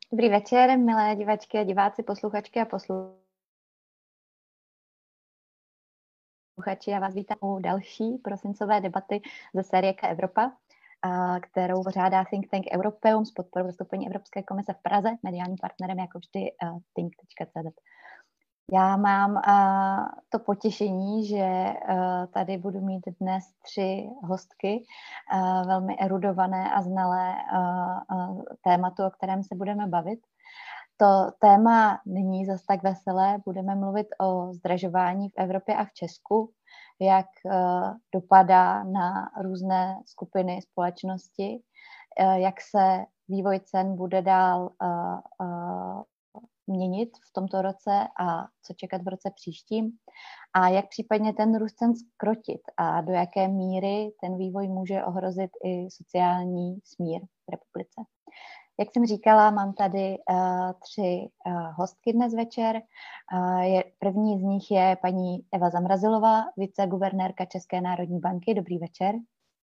Dobrý večer, milé divačky a diváci, posluchačky a posluchači. Já vás vítám u další prosincové debaty ze série K-Evropa, kterou pořádá Think Tank Europeum s podporou zastoupení Evropské komise v Praze, mediálním partnerem jako vždy think.cz. Já mám to potěšení, že tady budu mít dnes 3 hostky, velmi erudované a znalé tématu, o kterém se budeme bavit. To téma není zas tak veselé, budeme mluvit o zdražování v Evropě a v Česku, jak dopadá na různé skupiny společnosti, jak se vývoj cen bude dál měnit v tomto roce a co čekat v roce příštím a jak případně ten růst cen zkrotit a do jaké míry ten vývoj může ohrozit i sociální smír v republice. Jak jsem říkala, mám tady 3 hostky dnes večer. První z nich je paní Eva Zamrazilová, viceguvernérka České národní banky. Dobrý večer.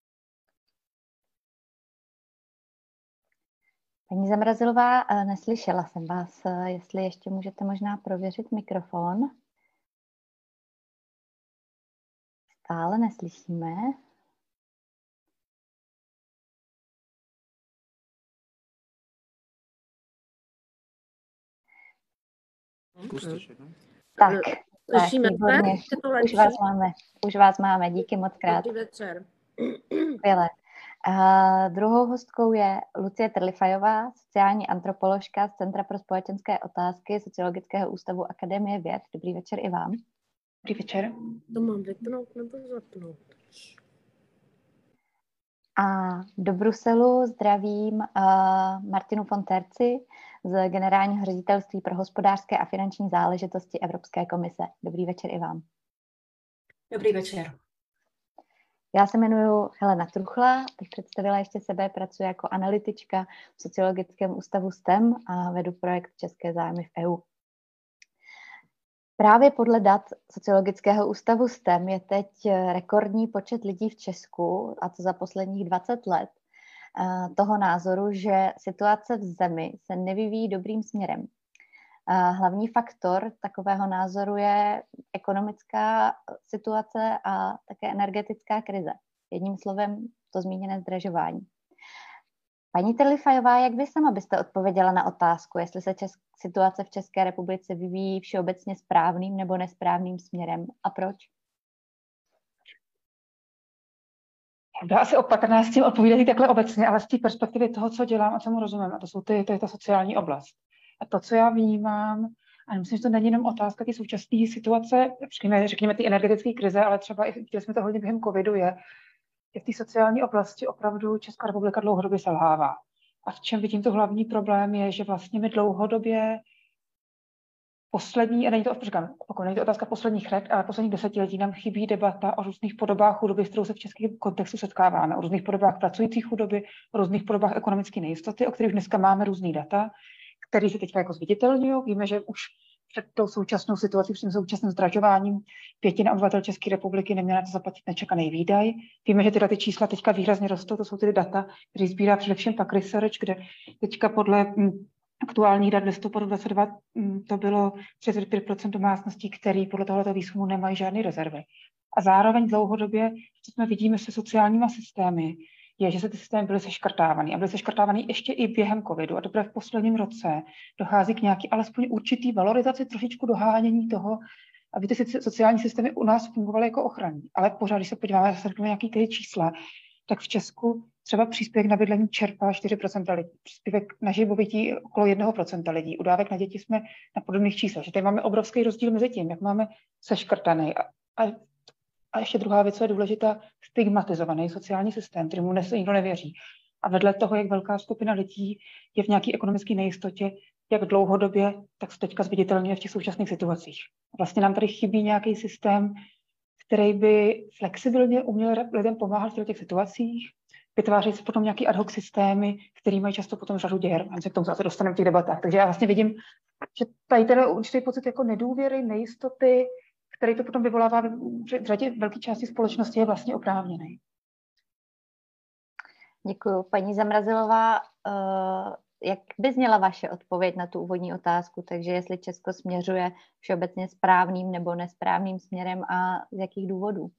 Paní Zamrazilová, neslyšela jsem vás, jestli ještě můžete možná prověřit mikrofon. Stále neslyšíme. Tak, výborně. Už vás máme, díky moc krát. Dobrý večer. Skvěle. Druhou hostkou je Lucie Trlifajová, sociální antropoložka z Centra pro společenské otázky Sociologického ústavu Akademie věd. Dobrý večer i vám. Dobrý večer. To mám vypnout nebo zapnout? A do Bruselu zdravím Martinu von Terci z Generálního ředitelství pro hospodářské a finanční záležitosti Evropské komise. Dobrý večer i vám. Dobrý večer. Já se jmenuji Helena Truchla, bych představila ještě sebe, pracuji jako analytička v Sociologickém ústavu STEM a vedu projekt České zájmy v EU. Právě podle dat Sociologického ústavu STEM je teď rekordní počet lidí v Česku, a to za posledních 20 let, toho názoru, že situace v zemi se nevyvíjí dobrým směrem. Hlavní faktor takového názoru je ekonomická situace a také energetická krize. Jedním slovem to zmíněné zdražování. Paní Trlifajová, jak vy sama byste odpověděla na otázku, jestli se situace v České republice vyvíjí všeobecně správným nebo nesprávným směrem a proč? Byla asi opatrná s tím odpovídat takhle obecně, ale z té perspektivy toho, co dělám a co mu rozumím, a to je ta sociální oblast. A to, co já vnímám, a myslím, že to není jenom otázka té současné situace, řekněme ty energetické krize, ale třeba i viděli jsme to hodně během covidu, je, že v té sociální oblasti opravdu Česká republika dlouhodobě selhává. A v čem vidím to hlavní problém je, že vlastně my dlouhodobě poslední, a není to otázka posledních let, ale posledních 10 letí nám chybí debata o různých podobách chudoby, s kterou se v českém kontextu setkáváme, o různých podobách pracující chudoby, o různých podobách ekonomické nejistoty, o kterých dneska máme různý data, které se teď jako zviditelňují. Víme, že už před tou současnou situací, před tím současným zdražováním 1/5 obyvatel České republiky neměla na to zaplatit nečekaný výdaj. Víme, že ty čísla teďka výrazně rostou, to jsou ty data, které sbírá především PAC Research, kde teďka podle aktuálních dat v listopadu 2022 to bylo 35% domácností, které podle tohoto výzkumu nemají žádné rezervy. A zároveň dlouhodobě, co jsme vidíme se sociálníma systémy, je, že se ty systémy byly seškrtávaný a byly seškrtávaný ještě i během covidu a teprve v posledním roce dochází k nějaký alespoň určitý valorizaci, trošičku dohánění toho, aby ty sociální systémy u nás fungovaly jako ochranní. Ale pořád, když se podíváme zase na nějaké ty čísla, tak v Česku třeba příspěvek na bydlení čerpá 4% lidí, příspěvek na živobytí okolo 1% lidí. U dávek na děti jsme na podobných číslech. Že tady máme obrovský rozdíl mezi tím, jak máme seškrtaný a ještě druhá věc, co je důležitá, stigmatizovaný sociální systém, kterému nikdo nevěří. A vedle toho, jak velká skupina lidí je v nějaké ekonomické nejistotě, jak dlouhodobě, tak se teďka zviditelňuje v těch současných situacích. Vlastně nám tady chybí nějaký systém, který by flexibilně uměl lidem pomáhat v těch situacích, vytváří se potom nějaký ad hoc systémy, které mají často potom řadu děr. A se k tomu zase dostaneme v těch debatách. Takže já vlastně vidím, že tady ten určitý pocit jako nedůvěry, nejistoty, který to potom vyvolává v řadě velké části společnosti, je vlastně oprávněný. Děkuju. Paní Zamrazilová, jak by zněla vaše odpověď na tu úvodní otázku? Takže jestli Česko směřuje všeobecně správným nebo nesprávným směrem a z jakých důvodů?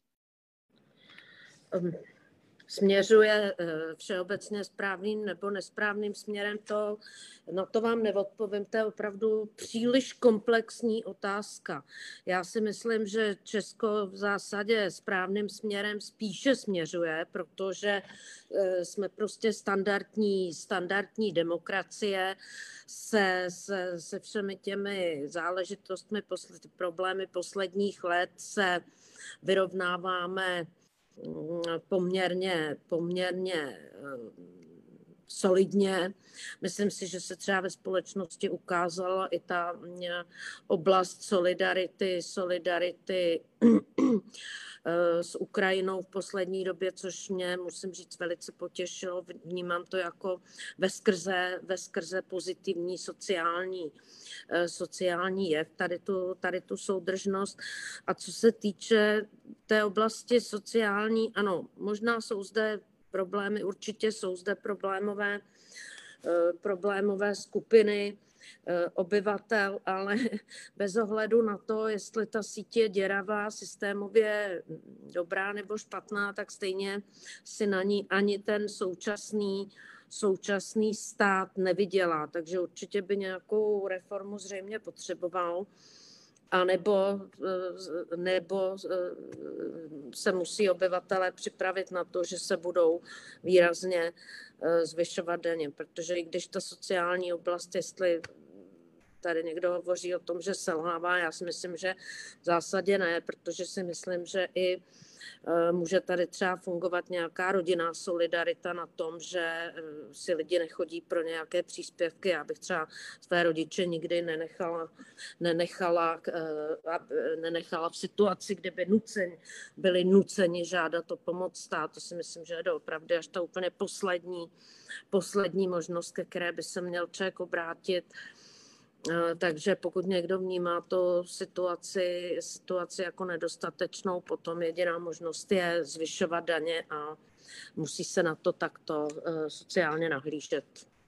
Směřuje všeobecně správným nebo nesprávným směrem, na to vám neodpovím, to je opravdu příliš komplexní otázka. Já si myslím, že Česko v zásadě správným směrem spíše směřuje, protože jsme prostě standardní demokracie se všemi těmi záležitostmi, problémy posledních let se vyrovnáváme poměrně solidně. Myslím si, že se třeba ve společnosti ukázala i ta oblast solidarity s Ukrajinou v poslední době, což mě, musím říct, velice potěšilo. Vnímám to jako veskrze pozitivní sociální jev, tady tu soudržnost. A co se týče té oblasti sociální, ano, možná jsou zde problémy, určitě jsou zde problémové skupiny obyvatel, ale bez ohledu na to, jestli ta síť je děravá, systémově dobrá nebo špatná, tak stejně si na ní ani ten současný stát nevydělá. Takže určitě by nějakou reformu zřejmě potřeboval. A nebo se musí obyvatelé připravit na to, že se budou výrazně zvyšovat daně, protože i když ta sociální oblast, jestli tady někdo hovoří o tom, že selhává, já si myslím, že v zásadě ne, protože si myslím, že i může tady třeba fungovat nějaká rodinná solidarita na tom, že si lidi nechodí pro nějaké příspěvky. Já bych třeba své rodiče nikdy nenechala v situaci, kde by byli nuceni žádat o pomoc státu. To si myslím, že je doopravdy až ta úplně poslední možnost, ke které by se měl člověk obrátit. Takže pokud někdo vnímá to situaci jako nedostatečnou, potom jediná možnost je zvyšovat daně a musí se na to takto sociálně nahlížet.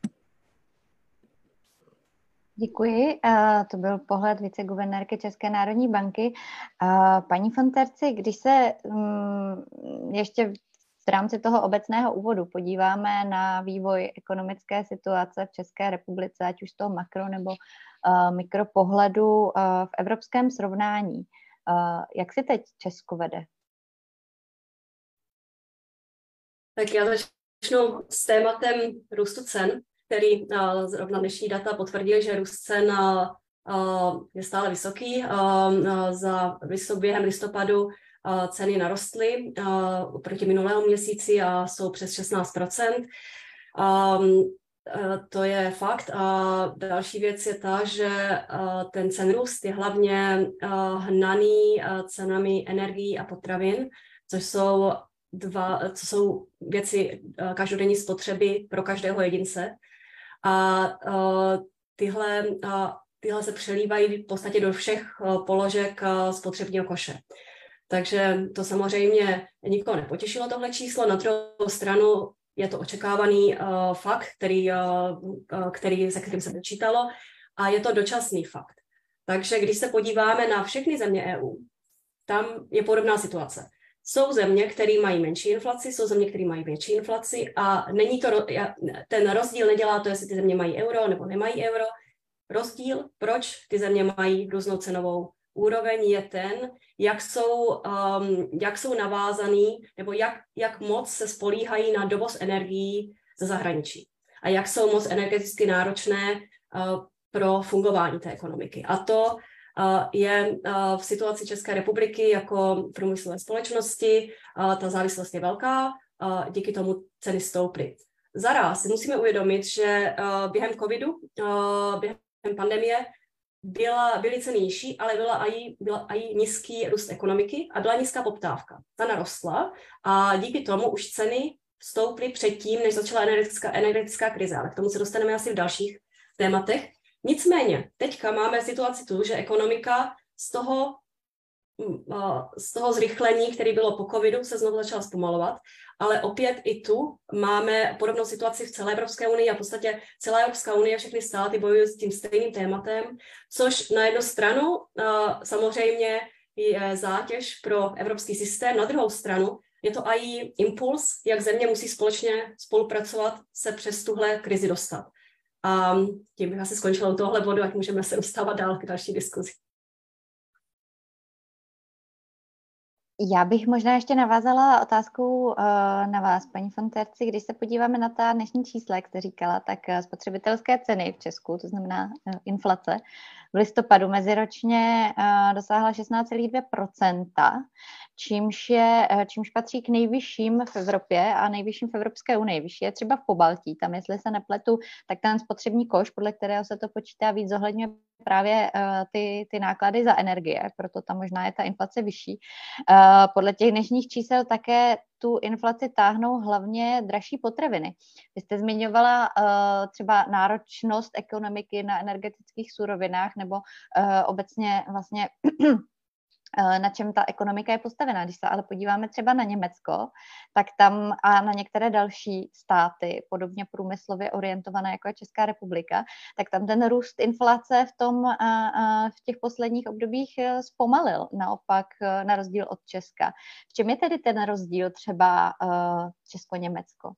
Děkuji. To byl pohled viceguvernérky České národní banky. Paní von Terci, když se ještě v rámci toho obecného úvodu podíváme na vývoj ekonomické situace v České republice, ať už z toho makro nebo mikropohledu v evropském srovnání. Jak si teď Česko vede? Tak já začnu s tématem růstu cen, který zrovna dnešní data potvrdil, že růst cen je stále vysoký. Během listopadu ceny narostly oproti minulému měsíci a jsou přes 16%. To je fakt. A další věc je ta, že ten cenrůst je hlavně hnaný cenami energií a potravin, což jsou věci každodenní spotřeby pro každého jedince. A tyhle se přelívají v podstatě do všech položek spotřebního koše. Takže to samozřejmě nikoho nepotěšilo tohle číslo. Na druhou stranu je to očekávaný fakt, se kterým se počítalo, a je to dočasný fakt. Takže když se podíváme na všechny země EU, tam je podobná situace. Jsou země, které mají menší inflaci, jsou země, které mají větší inflaci a ten rozdíl nedělá to, jestli ty země mají euro nebo nemají euro. Rozdíl, proč ty země mají různou cenovou úroveň, je ten, jak jsou navázaný nebo jak moc se spolíhají na dovoz energií ze zahraničí a jak jsou moc energeticky náročné pro fungování té ekonomiky. A to je v situaci České republiky jako průmyslové společnosti, ta závislost je velká, díky tomu ceny stouply. Zaraz musíme uvědomit, že během covidu, během pandemie, byly ceny nižší, ale byla i nízký růst ekonomiky a byla nízká poptávka. Ta narostla a díky tomu už ceny stouply předtím, než začala energetická krize, ale k tomu se dostaneme asi v dalších tématech. Nicméně, teďka máme situaci tu, že ekonomika z toho z toho zrychlení, které bylo po covidu, se znovu začala zpomalovat, ale opět i tu máme podobnou situaci v celé Evropské unii a v podstatě celá Evropská unie, všechny státy bojují s tím stejným tématem, což na jednu stranu samozřejmě je zátěž pro evropský systém, na druhou stranu je to i impuls, jak země musí společně spolupracovat se přes tuhle krizi dostat. A tím bych asi skončila u tohle bodu, ať můžeme se dostávat dál k další diskuzi. Já bych možná ještě navázala otázkou na vás, paní von Terci. Když se podíváme na ta dnešní čísla, jak jste říkala, tak spotřebitelské ceny v Česku, to znamená inflace, v listopadu meziročně dosáhla 16,2%, čímž patří k nejvyšším v Evropě a nejvyšším v Evropské unii. Vyšší je třeba v Pobaltí. Tam, jestli se nepletu, tak ten spotřební koš, podle kterého se to počítá, víc zohledňuje právě ty náklady za energie, proto tam možná je ta inflace vyšší. Podle těch dnešních čísel také tu inflaci táhnou hlavně dražší potraviny. Vy jste zmiňovala třeba náročnost ekonomiky na energetických surovinách nebo obecně vlastně na čem ta ekonomika je postavená. Když se ale podíváme třeba na Německo, tak tam a na některé další státy, podobně průmyslově orientované jako je Česká republika, tak tam ten růst inflace v těch posledních obdobích zpomalil, naopak na rozdíl od Česka. V čem je tedy ten rozdíl třeba Česko-Německo?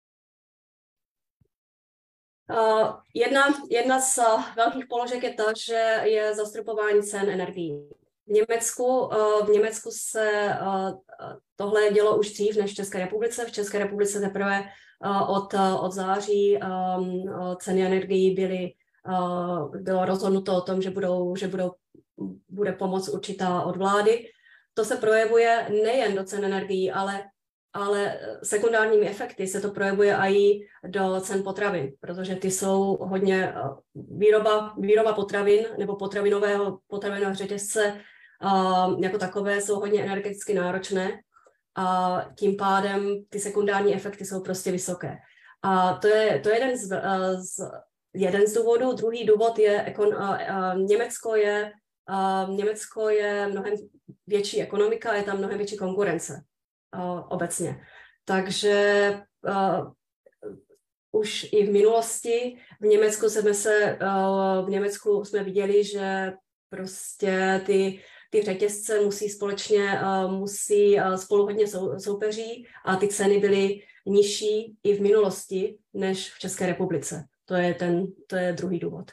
Jedna z velkých položek je to, že je zastropování cen energií. V Německu se tohle dělo už dřív než v České republice. V České republice teprve od září ceny energií bylo rozhodnuto o tom, že bude pomoc určitá od vlády. To se projevuje nejen do cen energií, ale sekundárními efekty se to projevuje i do cen potravin, protože ty jsou hodně výroba potravin nebo potravinového řetězce jako takové jsou hodně energeticky náročné a tím pádem ty sekundární efekty jsou prostě vysoké. A to je jeden z důvodů. Druhý důvod je, Německo je mnohem větší ekonomika, je tam mnohem větší konkurence obecně. Takže už i v minulosti v Německu jsme viděli, že prostě ty řetězce musí spolu hodně soupeří a ty ceny byly nižší i v minulosti než v České republice. To je druhý důvod.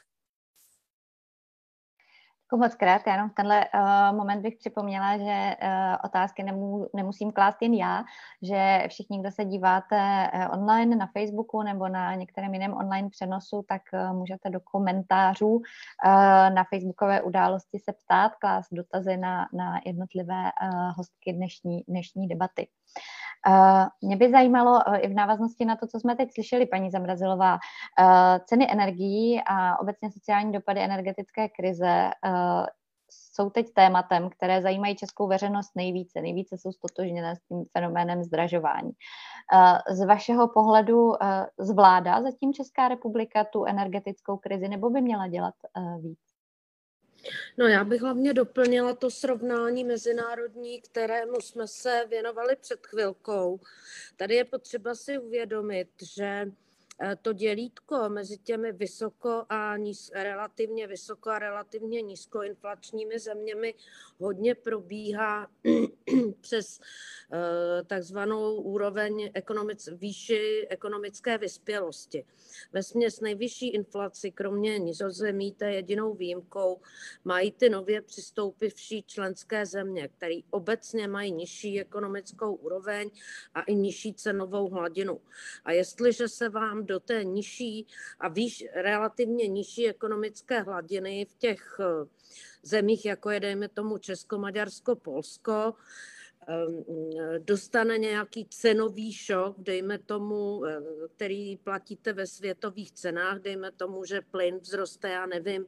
Moc krát, já jenom v tenhle moment bych připomněla, že otázky nemusím klást jen já, že všichni, kdo se díváte online na Facebooku nebo na některém jiném online přenosu, tak můžete do komentářů na facebookové události se ptát, klást dotazy na jednotlivé hostky dnešní debaty. Mě by zajímalo i v návaznosti na to, co jsme teď slyšeli, paní Zamrazilová, ceny energií a obecně sociální dopady energetické krize jsou teď tématem, které zajímají českou veřejnost nejvíce. Nejvíce jsou ztotožněné s tím fenoménem zdražování. Z vašeho pohledu zvládá zatím Česká republika tu energetickou krizi, nebo by měla dělat víc? No, já bych hlavně doplnila to srovnání mezinárodní, kterému jsme se věnovali před chvilkou. Tady je potřeba si uvědomit, že to dělítko mezi těmi relativně vysoko a relativně nízkoinflačními zeměmi hodně probíhá přes takzvanou úroveň výši ekonomické vyspělosti. Vesměs nejvyšší inflaci, kromě Nizozemí, to je jedinou výjimkou, mají ty nově přistoupivší členské země, které obecně mají nižší ekonomickou úroveň a i nižší cenovou hladinu. A jestliže se vám do té nižší a relativně nižší ekonomické hladiny v těch zemích, jako je dejme tomu Česko, Maďarsko, Polsko, dostane nějaký cenový šok, dejme tomu, který platíte ve světových cenách, dejme tomu, že plyn vzroste, já nevím,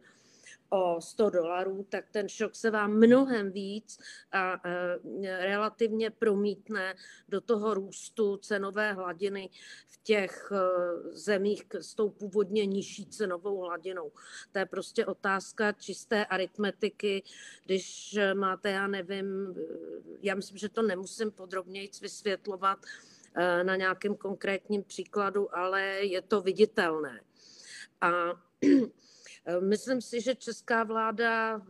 o $100, tak ten šok se vám mnohem víc a relativně promítne do toho růstu cenové hladiny v těch zemích s tou původně nižší cenovou hladinou. To je prostě otázka čisté aritmetiky, když máte, já nevím, já myslím, že to nemusím podrobněji vysvětlovat na nějakém konkrétním příkladu, ale je to viditelné. A myslím si, že česká vláda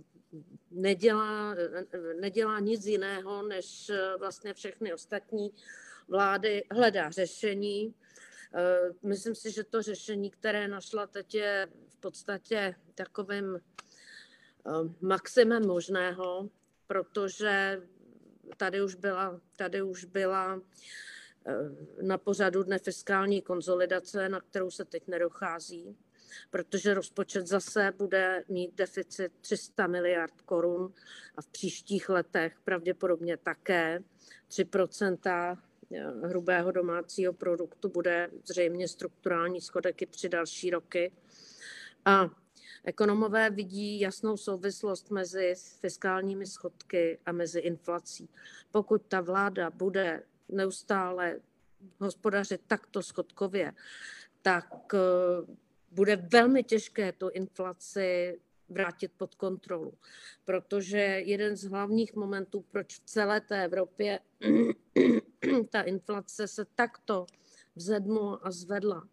nedělá nic jiného, než vlastně všechny ostatní vlády, hledá řešení. Myslím si, že to řešení, které našla teď, je v podstatě takovým maximem možného, protože tady už byla na pořadu dne fiskální konsolidace, na kterou se teď nedochází, protože rozpočet zase bude mít deficit 300 miliard korun a v příštích letech pravděpodobně také 3% hrubého domácího produktu bude zřejmě strukturální schodek i při další roky. A ekonomové vidí jasnou souvislost mezi fiskálními schodky a mezi inflací. Pokud ta vláda bude neustále hospodařit takto schodkově, tak bude velmi těžké tu inflaci vrátit pod kontrolu. Protože jeden z hlavních momentů, proč v celé té Evropě ta inflace se takto vzedmula a zvedla,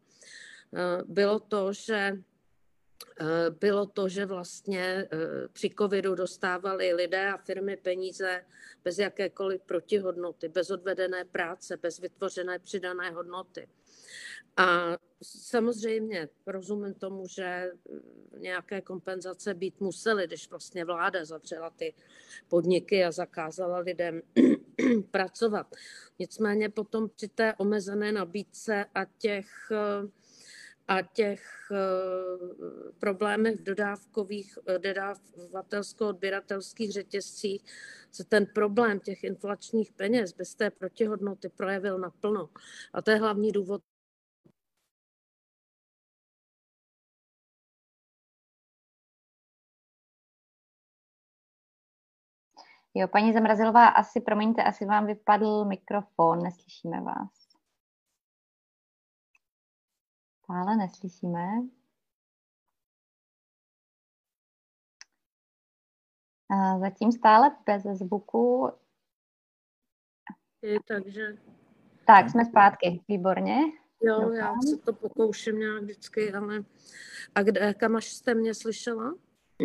bylo to, že vlastně při covidu dostávali lidé a firmy peníze bez jakékoliv protihodnoty, bez odvedené práce, bez vytvořené přidané hodnoty. A samozřejmě rozumím tomu, že nějaké kompenzace být musely, když vlastně vláda zavřela ty podniky a zakázala lidem pracovat. Nicméně potom při té omezené nabídce a těch problémech v dodavatelsko-odběratelských řetězcích se ten problém těch inflačních peněz bez té protihodnoty projevil naplno. A to je hlavní důvod. Jo, paní Zamrazilová, promiňte, asi vám vypadl mikrofon, neslyšíme vás. Stále neslyšíme. Zatím stále bez zvuku. Takže... Tak, jsme zpátky, výborně. Jo, doufám. Já se to pokouším nějak vždycky, ale... A kam až jste mě slyšela?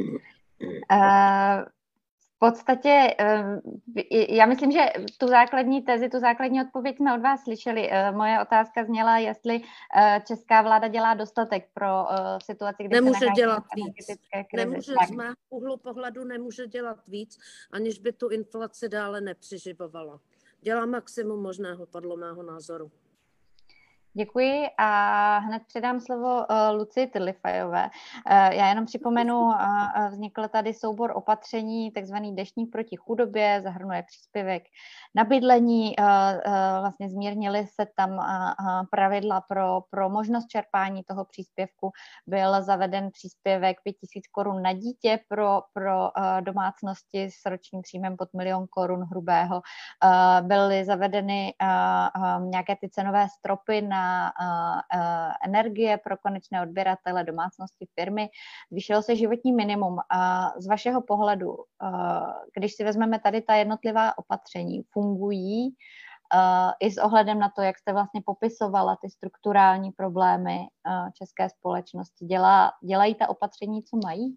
V podstatě, já myslím, že tu základní odpověď jsme od vás slyšeli. Moje otázka zněla, jestli česká vláda dělá dostatek pro situaci, kdy nemůže se nachází dělat v energetické krizi. Nemůže, z mého úhlu pohledu nemůže dělat víc, aniž by tu inflaci dále nepřiživovala. Dělá maximum možného, podle mého názoru. Děkuji a hned předám slovo Lucii Tydlifajové. Já jenom připomenu, vznikl tady soubor opatření, takzvaný deštník proti chudobě, zahrnuje příspěvek na bydlení, vlastně zmírnily se tam pravidla pro možnost čerpání toho příspěvku, byl zaveden příspěvek 5 000 korun na dítě pro domácnosti s ročním příjmem pod 1 000 000 korun hrubého, byly zavedeny nějaké ty cenové stropy na energie pro konečné odběratele, domácnosti, firmy. Zvýšilo se životní minimum. Z vašeho pohledu, když si vezmeme tady ta jednotlivá opatření, fungují i s ohledem na to, jak jste vlastně popisovala ty strukturální problémy české společnosti? Dělají ta opatření, co mají?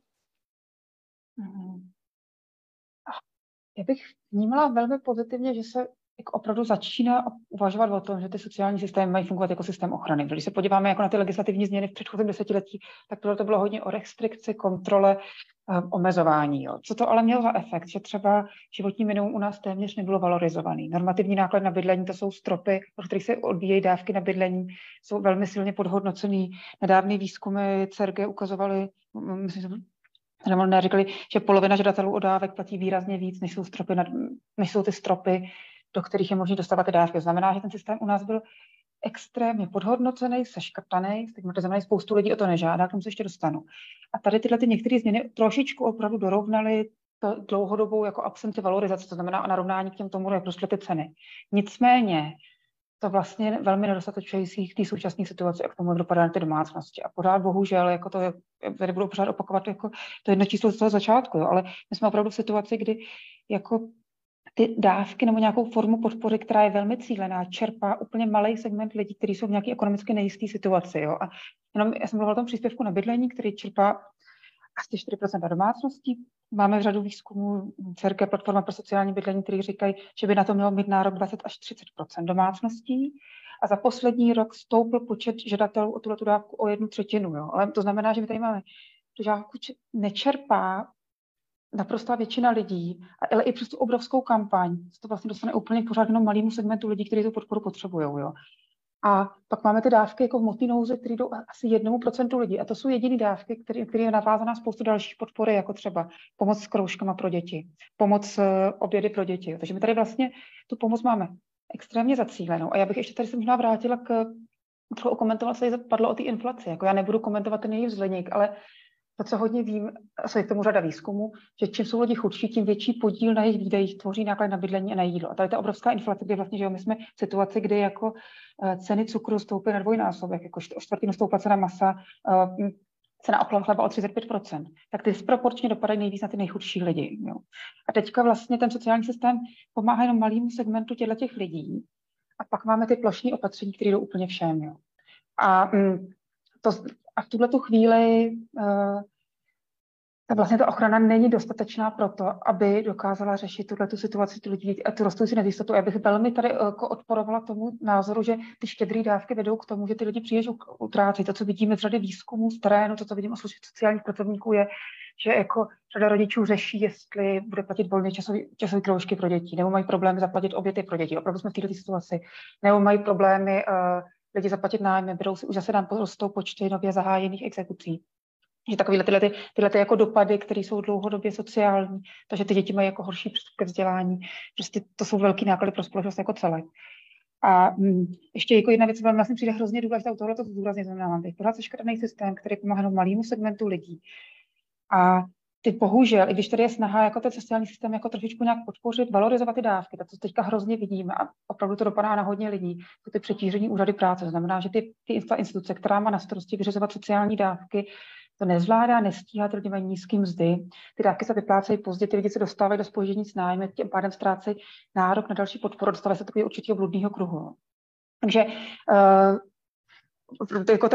Já bych vnímala velmi pozitivně, že se opravdu začíná uvažovat o tom, že ty sociální systémy mají fungovat jako systém ochrany. Když se podíváme jako na ty legislativní změny v předchozím desetiletí, tak to bylo hodně o restrikci, kontrole, omezování. Jo. Co to ale mělo za efekt? Že třeba životní minimum u nás téměř nebylo valorizovaný. Normativní náklad na bydlení, to jsou stropy, od kterých se odvíjejí dávky na bydlení, jsou velmi silně podhodnocený. Nedávné výzkumy CERG ukazovaly, říkali, že polovina žadatelů o dávek platí výrazně víc, než jsou ty stropy, do kterých je možné dostávat ty dávky. Znamená, že ten systém u nás byl extrémně podhodnocený, seškrtaný, stigmatizovaný, spoustu lidí o to nežádá, k tomu se ještě dostanu. A tady tyhle některé změny trošičku opravdu dorovnaly dlouhodobou jako absenci valorizace, to znamená narovnání k tomu, jak rostly ty ceny. Nicméně to vlastně velmi nedostatečující v té současné situaci a k tomu, jak dopadá na ty domácnosti. A pořád bohužel, jako to je, tady budu pořád opakovat jako to jedno číslo z toho začátku, jo, ale my jsme opravdu v situaci, kdy jako ty dávky nebo nějakou formu podpory, která je velmi cílená, čerpá úplně malý segment lidí, kteří jsou v nějaké ekonomicky nejisté situaci. Jo. A jenom já jsem mluvila o tom příspěvku na bydlení, který čerpá asi 4% domácností. Máme v řadu výzkumů CERKE, platforma pro sociální bydlení, který říkají, že by na to mělo mít nárok 20 až 30% domácností. A za poslední rok stoupl počet žadatelů o tuto dávku o 1/3. Jo. Ale to znamená, že my tady máme, tu dávku nečerpá naprostá většina lidí, ale i přes tu obrovskou kampaň se to vlastně dostane úplně pořád jenom malému segmentu lidí, kteří tu podporu potřebují. Jo. A pak máme ty dávky jako v hmotné nouzi, které jdou asi 1% lidí. A to jsou jediné dávky, které je navázaná spoustu dalších podpory, jako třeba pomoc s kroužkama pro děti, pomoc obědy pro děti. Takže my tady vlastně tu pomoc máme extrémně zacílenou. A já bych ještě tady se možná vrátila trochu komentovala, se padlo o té inflaci. Jako já nebudu komentovat ten její vzhledník, ale to, co hodně vím, je k tomu řada výzkumu, že čím jsou lidi chudší, tím větší podíl na jejich výdejích tvoří náklad na bydlení a na jídlo. A tady ta obrovská inflace, kdy vlastně, že jo, my jsme v situaci, kdy jako ceny cukru stouply na dvojnásobek, jako o čtvrtinu stoupla cena masa, cena okolo chleba o 35%, tak ty disproporčně dopadají nejvíc na ty nejchudší lidi. Jo. A teďka vlastně ten sociální systém pomáhá jenom malému segmentu těch lidí. A pak máme ty plošní opatření, které jdou úplně všem. Jo. A v tuhletu chvíli vlastně ta ochrana není dostatečná pro to, aby dokázala řešit tuhletu situaci tu lidí a tu rostoucí nejistotu. Já bych velmi tady jako odporovala tomu názoru, že ty štědré dávky vedou k tomu, že ty lidi příliš utrácejí. To, co vidíme z řady výzkumů z terénu, to, co vidím od sociálních pracovníků, je, že jako řada rodičů řeší, jestli bude platit volné časové kroužky pro děti, nebo mají problémy zaplatit obědy pro děti. Opravdu jsme v této situaci. Nebo mají problémy lidi zaplatit nájmy, budou si už zase nám porostou počty nově zahájených exekucí. Že takové tyhle jako dopady, které jsou dlouhodobě sociální, takže ty děti mají jako horší přístup ke vzdělání. Prostě to jsou velký náklady pro společnost jako celek. A ještě jako jedna věc, co vám vlastně přijde hrozně důležitá, u tohle to zdůrazně znamená, mám tady pořád seškrtaný systém, který pomáhá malému segmentu lidí. A ty bohužel, i když tady je snaha jako ten sociální systém jako trošičku nějak podpořit, valorizovat ty dávky, tak to teďka hrozně vidíme a opravdu to dopadá na hodně lidí, to ty přetížení úřady práce. To znamená, že ty instituce, která má na starosti vyřizovat sociální dávky, to nezvládá, nestíhá, ty lidi mají nízké mzdy, ty dávky se vyplácejí pozdě, ty lidi se dostávají do zpoždění s nájmy, tím pádem ztrácejí nárok na další podporu, dostávají se takového určitého bludného kruhu. Takže jako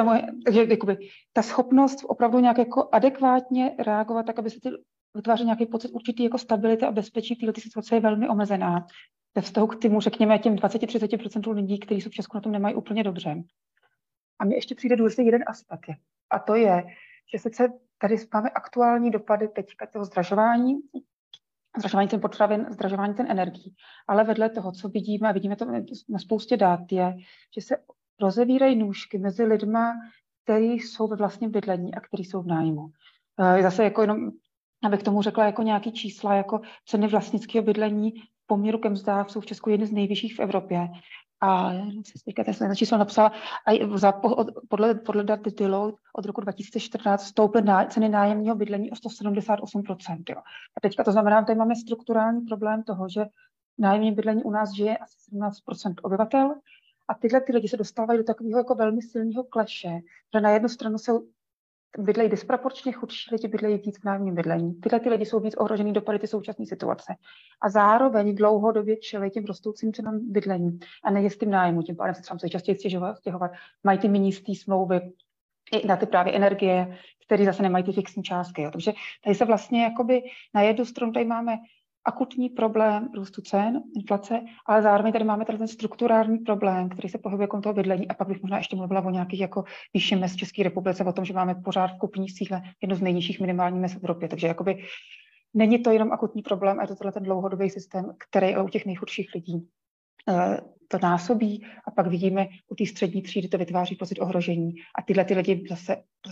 ta schopnost opravdu nějak jako adekvátně reagovat, tak aby se vytvářel nějaký pocit určitý jako stability a bezpečí v této situaci je velmi omezená. Ve vztahu k tomu, řekněme, těm 20-30% lidí, kteří jsou v Česku na tom nemají úplně dobře. A mně ještě přijde důležitý jeden aspekt. A to je, že sice tady máme aktuální dopady teďka toho zdražování cen potravin, zdražování cen energií, ale vedle toho, co vidíme, a vidíme to na spoustě dát, je, že se rozevírají nůžky mezi lidma, kteří jsou ve vlastním bydlení a kteří jsou v nájmu. Zase jako jenom, abych tomu řekla jako nějaký čísla, jako ceny vlastnického bydlení v poměru ke mzdách jsou v Česku jedny z nejvyšších v Evropě. A teďka jsem číslo napsala, a podle dat Deloitte od roku 2014 stouply ceny nájemního bydlení o 178%. Jo. A teďka to znamená, že tady máme strukturální problém toho, že nájemní bydlení u nás žije asi 17% obyvatel a tyhle ty lidi se dostávají do takového jako velmi silného kleše, že na jednu stranu se bydlejí disproporčně chudší lidi, bydlejí víc v nájemním bydlení. Tyhle ty lidi jsou víc ohrožený dopady ty současné situace. A zároveň dlouhodobě čelí těm rostoucím cenám bydlení a nejistým nájmu. Tím pádem se třeba častěji stěhovat. Mají ty nízké smlouvy i na ty právě energie, které zase nemají ty fixní částky. Jo. Takže tady se vlastně jakoby na jednu stranu tady máme akutní problém růstu cen, inflace, ale zároveň tady máme ten strukturální problém, který se pohybuje kolem toho bydlení a pak bych možná ještě mluvila o nějakých jako výšší mezd v České republice, o tom, že máme pořád v kupní síle jednu z nejnižších minimálních mezd v Evropě. Takže jakoby není to jenom akutní problém, a je to ten dlouhodobý systém, který u těch nejchudších lidí to násobí a pak vidíme u té střední třídy to vytváří pocit ohrožení a tyhle ty lidi zase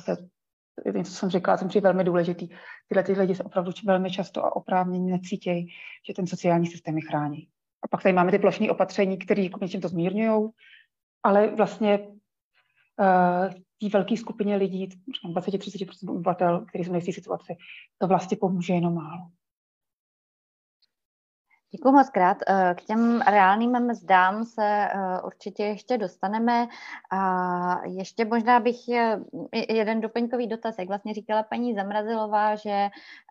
co jsem říkala, jsem velmi důležitý. Tyhle ty lidi se opravdu velmi často a oprávněně necítějí, že ten sociální systém je chrání. A pak tady máme ty plošné opatření, které něčím to zmírňují, ale vlastně té velké skupině lidí, 20-30% obyvatel, kteří jsou v té situaci, to vlastně pomůže jenom málo. Děkuji moc krát. K těm reálným mzdám se určitě ještě dostaneme. A ještě možná bych jeden doplňkový dotaz, jak vlastně říkala paní Zamrazilová, že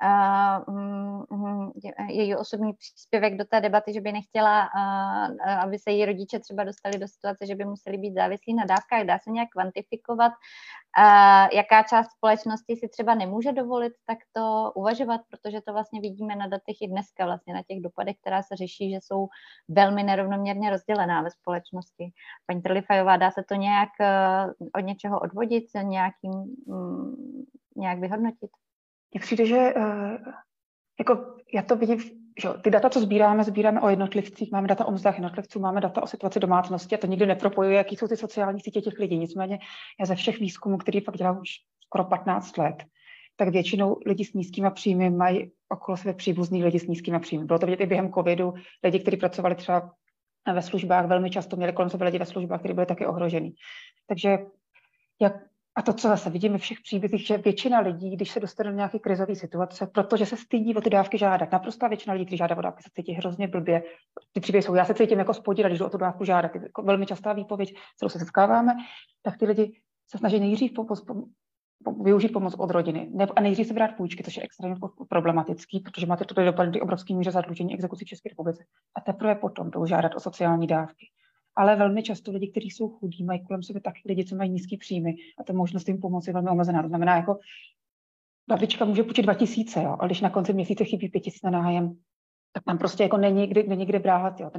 její osobní příspěvek do té debaty, že by nechtěla, aby se její rodiče třeba dostali do situace, že by museli být závislí na dávkách. Dá se nějak kvantifikovat, jaká část společnosti si třeba nemůže dovolit takto uvažovat, protože to vlastně vidíme na datech i dneska, vlastně na těch dopadech, která se řeší, že jsou velmi nerovnoměrně rozdělená ve společnosti. Paní Trlifajová, dá se to nějak od něčeho odvodit, nějak vyhodnotit? Mně přijde, že jako já to vidím, že ty data, co sbíráme o jednotlivcích, máme data o mzdách jednotlivců, máme data o situaci domácnosti a to nikdy nepropojuje, jaký jsou ty sociální sítě těch lidí. Nicméně já ze všech výzkumů, který fakt dělám už skoro 15 let, tak většinou lidi s nízkýma příjmy mají okolo sebe příbuzný lidi s nízkýma příjmy. Bylo to vidět i během covidu, lidi, kteří pracovali třeba ve službách, velmi často měli kolem sebe lidi ve službách, kteří byli taky ohrožený. Takže a to, co zase vidíme v všech příbězích, že většina lidí, když se dostane do nějaké krizové situace, protože se stydí o ty dávky žádat, naprostá většina lidí, kteří žádá o dávky, se cítí hrozně blbě. Ty příběhy jsou, já se cítím jako spodírat, když jdu o tu dávku žádat. Jako velmi častá výpověď, kterou se setkáváme, tak ty lidi se snaží nejdřív využít pomoc od rodiny a nejdřív se brát půjčky, což je extrémně problematický, protože máte tady dopady obrovský míře zadlužení exekucí v České republice. A teprve potom jdou žádat o sociální dávky. Ale velmi často lidi, kteří jsou chudí, mají kolem sebe taky lidi, co mají nízký příjmy a ta možnost jim pomoci je velmi omezená. To znamená, jako babička může půjčit 2000, jo, ale když na konci měsíce chybí 5000 na nájem, tak tam prostě jako není kde brát. Jo.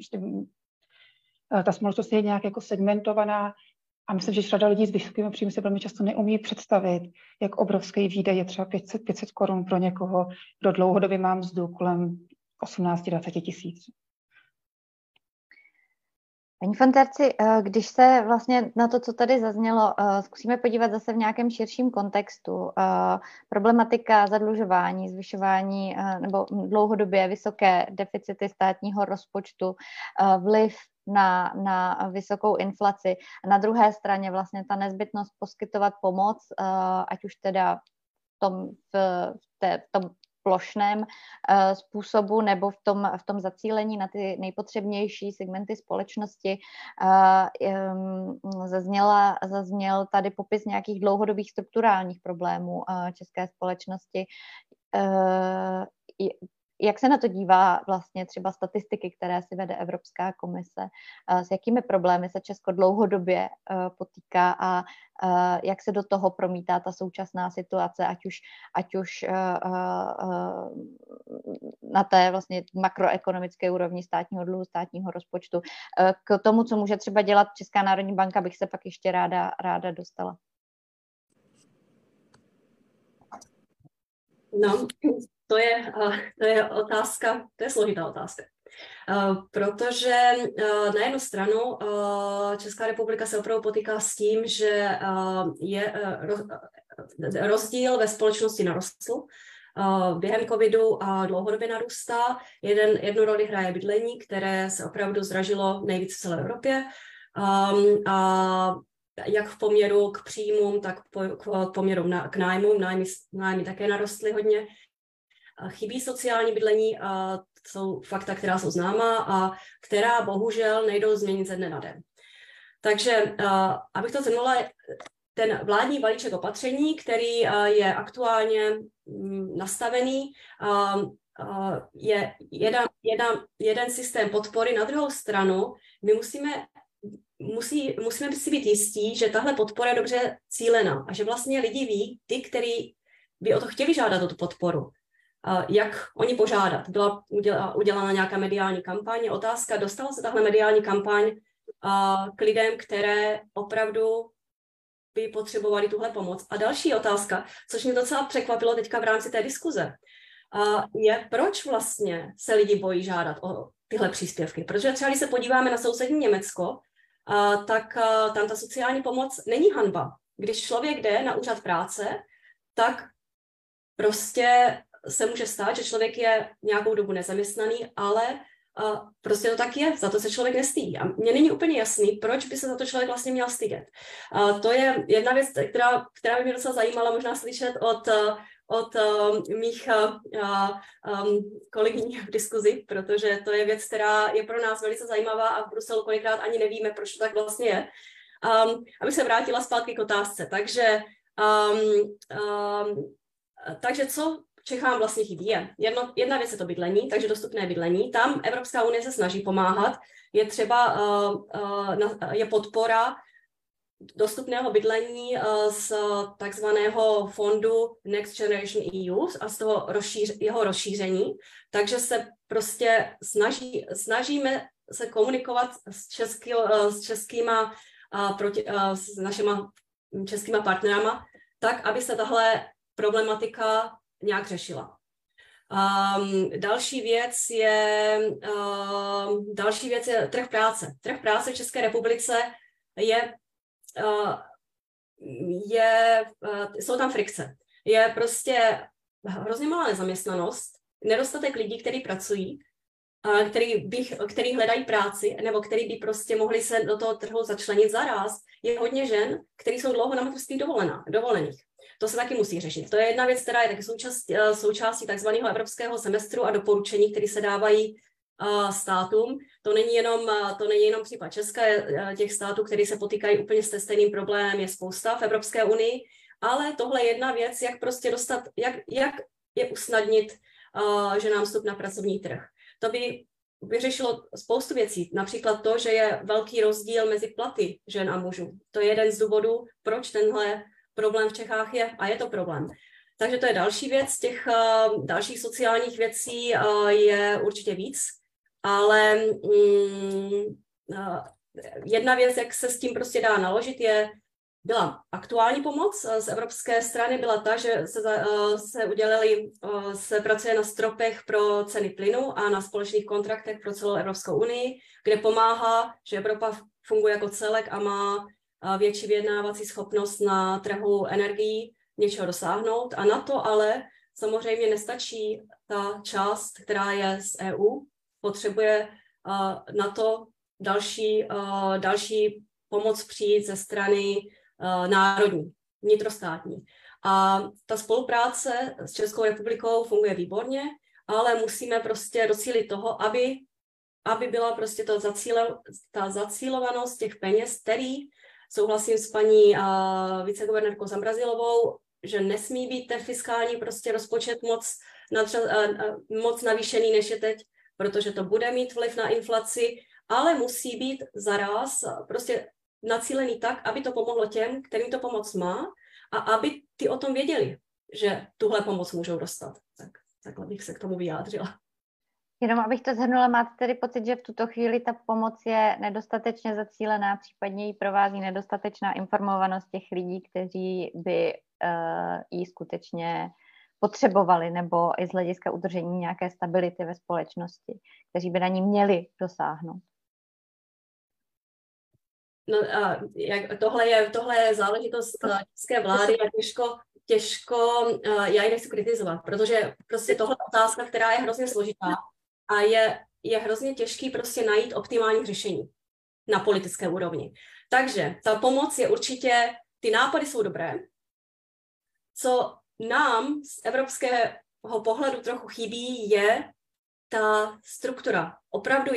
Ta společnost je nějak jako segmentovaná a myslím, že řada lidí s vysokými příjmy se velmi často neumí představit, jak obrovský výdaj je třeba 500 korun pro někoho, kdo dlouhodobě má mzdu kolem 18-20 tisíc. Paní Fonterci, když se vlastně na to, co tady zaznělo, zkusíme podívat zase v nějakém širším kontextu. Problematika zadlužování, zvyšování nebo dlouhodobě vysoké deficity státního rozpočtu, vliv na vysokou inflaci. Na druhé straně vlastně ta nezbytnost poskytovat pomoc, ať už teda v tom plošném způsobu nebo v tom zacílení na ty nejpotřebnější segmenty společnosti. Zazněl tady popis nějakých dlouhodobých strukturálních problémů české společnosti. Jak se na to dívá vlastně třeba statistiky, které si vede Evropská komise? S jakými problémy se Česko dlouhodobě potýká a jak se do toho promítá ta současná situace, ať už na té vlastně makroekonomické úrovni státního dluhu, státního rozpočtu. K tomu, co může třeba dělat Česká národní banka, bych se pak ještě ráda dostala. No, to je otázka, to je složitá otázka. Protože na jednu stranu Česká republika se opravdu potýká s tím, že je rozdíl ve společnosti narostl. Během covidu a dlouhodobě narůstá. Jednu roli hraje bydlení, které se opravdu zdražilo nejvíc v celé Evropě. A jak v poměru k příjmům, tak v poměru k nájmům. Nájmy také narostly hodně. Chybí sociální bydlení, jsou fakta, která jsou známá a která bohužel nejdou změnit ze dne na den. Takže, abych to shrnula, ten vládní balíček opatření, který je aktuálně nastavený, je jeden systém podpory. Na druhou stranu, my musíme si být jistí, že tahle podpora je dobře cílená a že vlastně lidi ví, ty, kteří by o to chtěli žádat o tu podporu, jak oni požádat. Byla udělána nějaká mediální kampaň. Otázka, dostala se tahle mediální kampaň k lidem, které opravdu by potřebovali tuhle pomoc. A další otázka, což mě docela překvapilo teďka v rámci té diskuze, je, proč vlastně se lidi bojí žádat o tyhle příspěvky. Protože třeba, když se podíváme na sousední Německo, tak tam ta sociální pomoc není hanba. Když člověk jde na úřad práce, tak prostě se může stát, že člověk je nějakou dobu nezaměstnaný, ale prostě to tak je, za to se člověk nestydí. A mně není úplně jasný, proč by se za to člověk vlastně měl stydět. To je jedna věc, která by mě docela zajímala možná slyšet od mých kolegyní v diskuzi, protože to je věc, která je pro nás velice zajímavá a v Bruselu kolikrát ani nevíme, proč to tak vlastně je. Abych se vrátila zpátky k otázce. Takže co Čechám vlastně chybí je. Jedna věc je to bydlení, takže dostupné bydlení. Tam Evropská unie se snaží pomáhat. Je třeba je podpora dostupného bydlení z takzvaného fondu Next Generation EU a z toho jeho rozšíření. Takže se prostě snažíme se komunikovat s našima českýma partnerama, tak, aby se tahle problematika nějak řešila. Další věc je trh práce. Trh práce v České republice jsou tam frikce. Je prostě hrozně malá nezaměstnanost, nedostatek lidí, kteří pracují, který hledají práci, nebo který by prostě mohli se do toho trhu začlenit zaraz. Je hodně žen, který jsou dlouho na mateřských dovolených. To se taky musí řešit. To je jedna věc, která je taky součástí takzvaného evropského semestru a doporučení, které se dávají státům. To není jenom případ Česka, těch států, které se potýkají úplně se stejným problémem, je spousta v Evropské unii, ale tohle je jedna věc, jak prostě dostat, jak je usnadnit ženám vstup na pracovní trh. To by vyřešilo spoustu věcí, například to, že je velký rozdíl mezi platy žen a mužů. To je jeden z důvodů, proč tenhle problém v Čechách je, a je to problém. Takže to je další věc, těch dalších sociálních věcí je určitě víc, ale jedna věc, jak se s tím prostě dá naložit, byla aktuální pomoc z evropské strany, byla ta, že se pracuje na stropech pro ceny plynu a na společných kontraktech pro celou Evropskou unii, kde pomáhá, že Evropa funguje jako celek a má větší vyjednávací schopnost na trhu energií něčeho dosáhnout. A na to ale samozřejmě nestačí ta část, která je z EU. Potřebuje na to další pomoc přijít ze strany národní, vnitrostátní. A ta spolupráce s Českou republikou funguje výborně, ale musíme prostě docílit toho, aby byla prostě ta zacílovanost těch peněz, který souhlasím s paní viceguvernérkou Zamrazilovou, že nesmí být ten fiskální prostě rozpočet moc navýšený, než je teď, protože to bude mít vliv na inflaci, ale musí být zaraz prostě nacílený tak, aby to pomohlo těm, kterým to pomoc má a aby ty o tom věděli, že tuhle pomoc můžou dostat. Takhle bych se k tomu vyjádřila. Jenom abych to shrnula, máte tedy pocit, že v tuto chvíli ta pomoc je nedostatečně zacílená, případně ji provází nedostatečná informovanost těch lidí, kteří by ji skutečně potřebovali, nebo i z hlediska udržení nějaké stability ve společnosti, kteří by na ní měli dosáhnout? No, tohle je záležitost české vlády a těžko, já ji nechci kritizovat, protože prostě tohle je otázka, která je hrozně složitá a je hrozně těžký prostě najít optimální řešení na politické úrovni. Takže ta pomoc je určitě, ty nápady jsou dobré. Co nám z evropského pohledu trochu chybí, je ta struktura. Opravdu,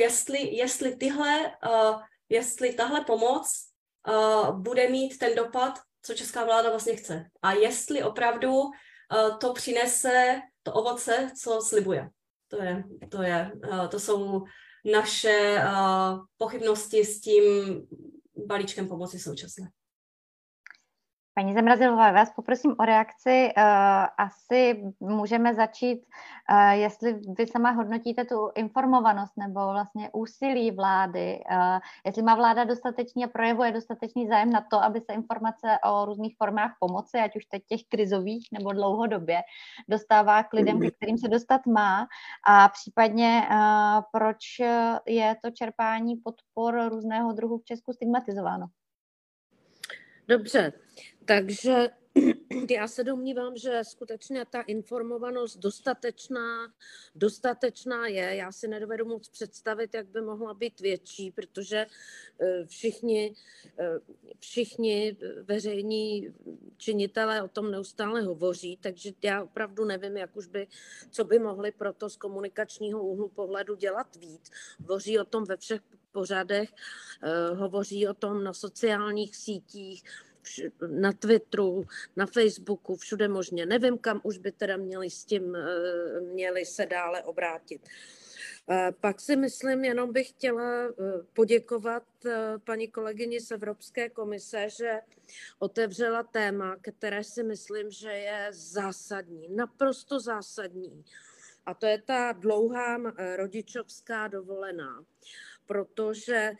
jestli tahle pomoc bude mít ten dopad, co česká vláda vlastně chce. A jestli opravdu to přinese to ovoce, co slibuje. To jsou naše pochybnosti s tím balíčkem pomoci současné. Paní Zamrazilová, vás poprosím o reakci. Asi můžeme začít, jestli vy sama hodnotíte tu informovanost nebo vlastně úsilí vlády, jestli má vláda dostatečně, projevuje dostatečný zájem na to, aby se informace o různých formách pomoci, ať už teď těch krizových nebo dlouhodobě, dostává k lidem, ke kterým se dostat má, a případně proč je to čerpání podpor různého druhu v Česku stigmatizováno? Dobře, takže Já se domnívám, že skutečně ta informovanost dostatečná je. Já si nedovedu moc představit, jak by mohla být větší, protože všichni veřejní činitelé o tom neustále hovoří, takže já opravdu nevím, co by mohli proto z komunikačního úhlu pohledu dělat víc. Hovoří o tom ve všech pořadech, hovoří o tom na sociálních sítích, na Twitteru, na Facebooku, všude možně. Nevím, kam už by teda měli se dále obrátit. Pak si myslím, jenom bych chtěla poděkovat paní kolegyni z Evropské komise, že otevřela téma, které si myslím, že je zásadní, naprosto zásadní. A to je ta dlouhá rodičovská dovolená, protože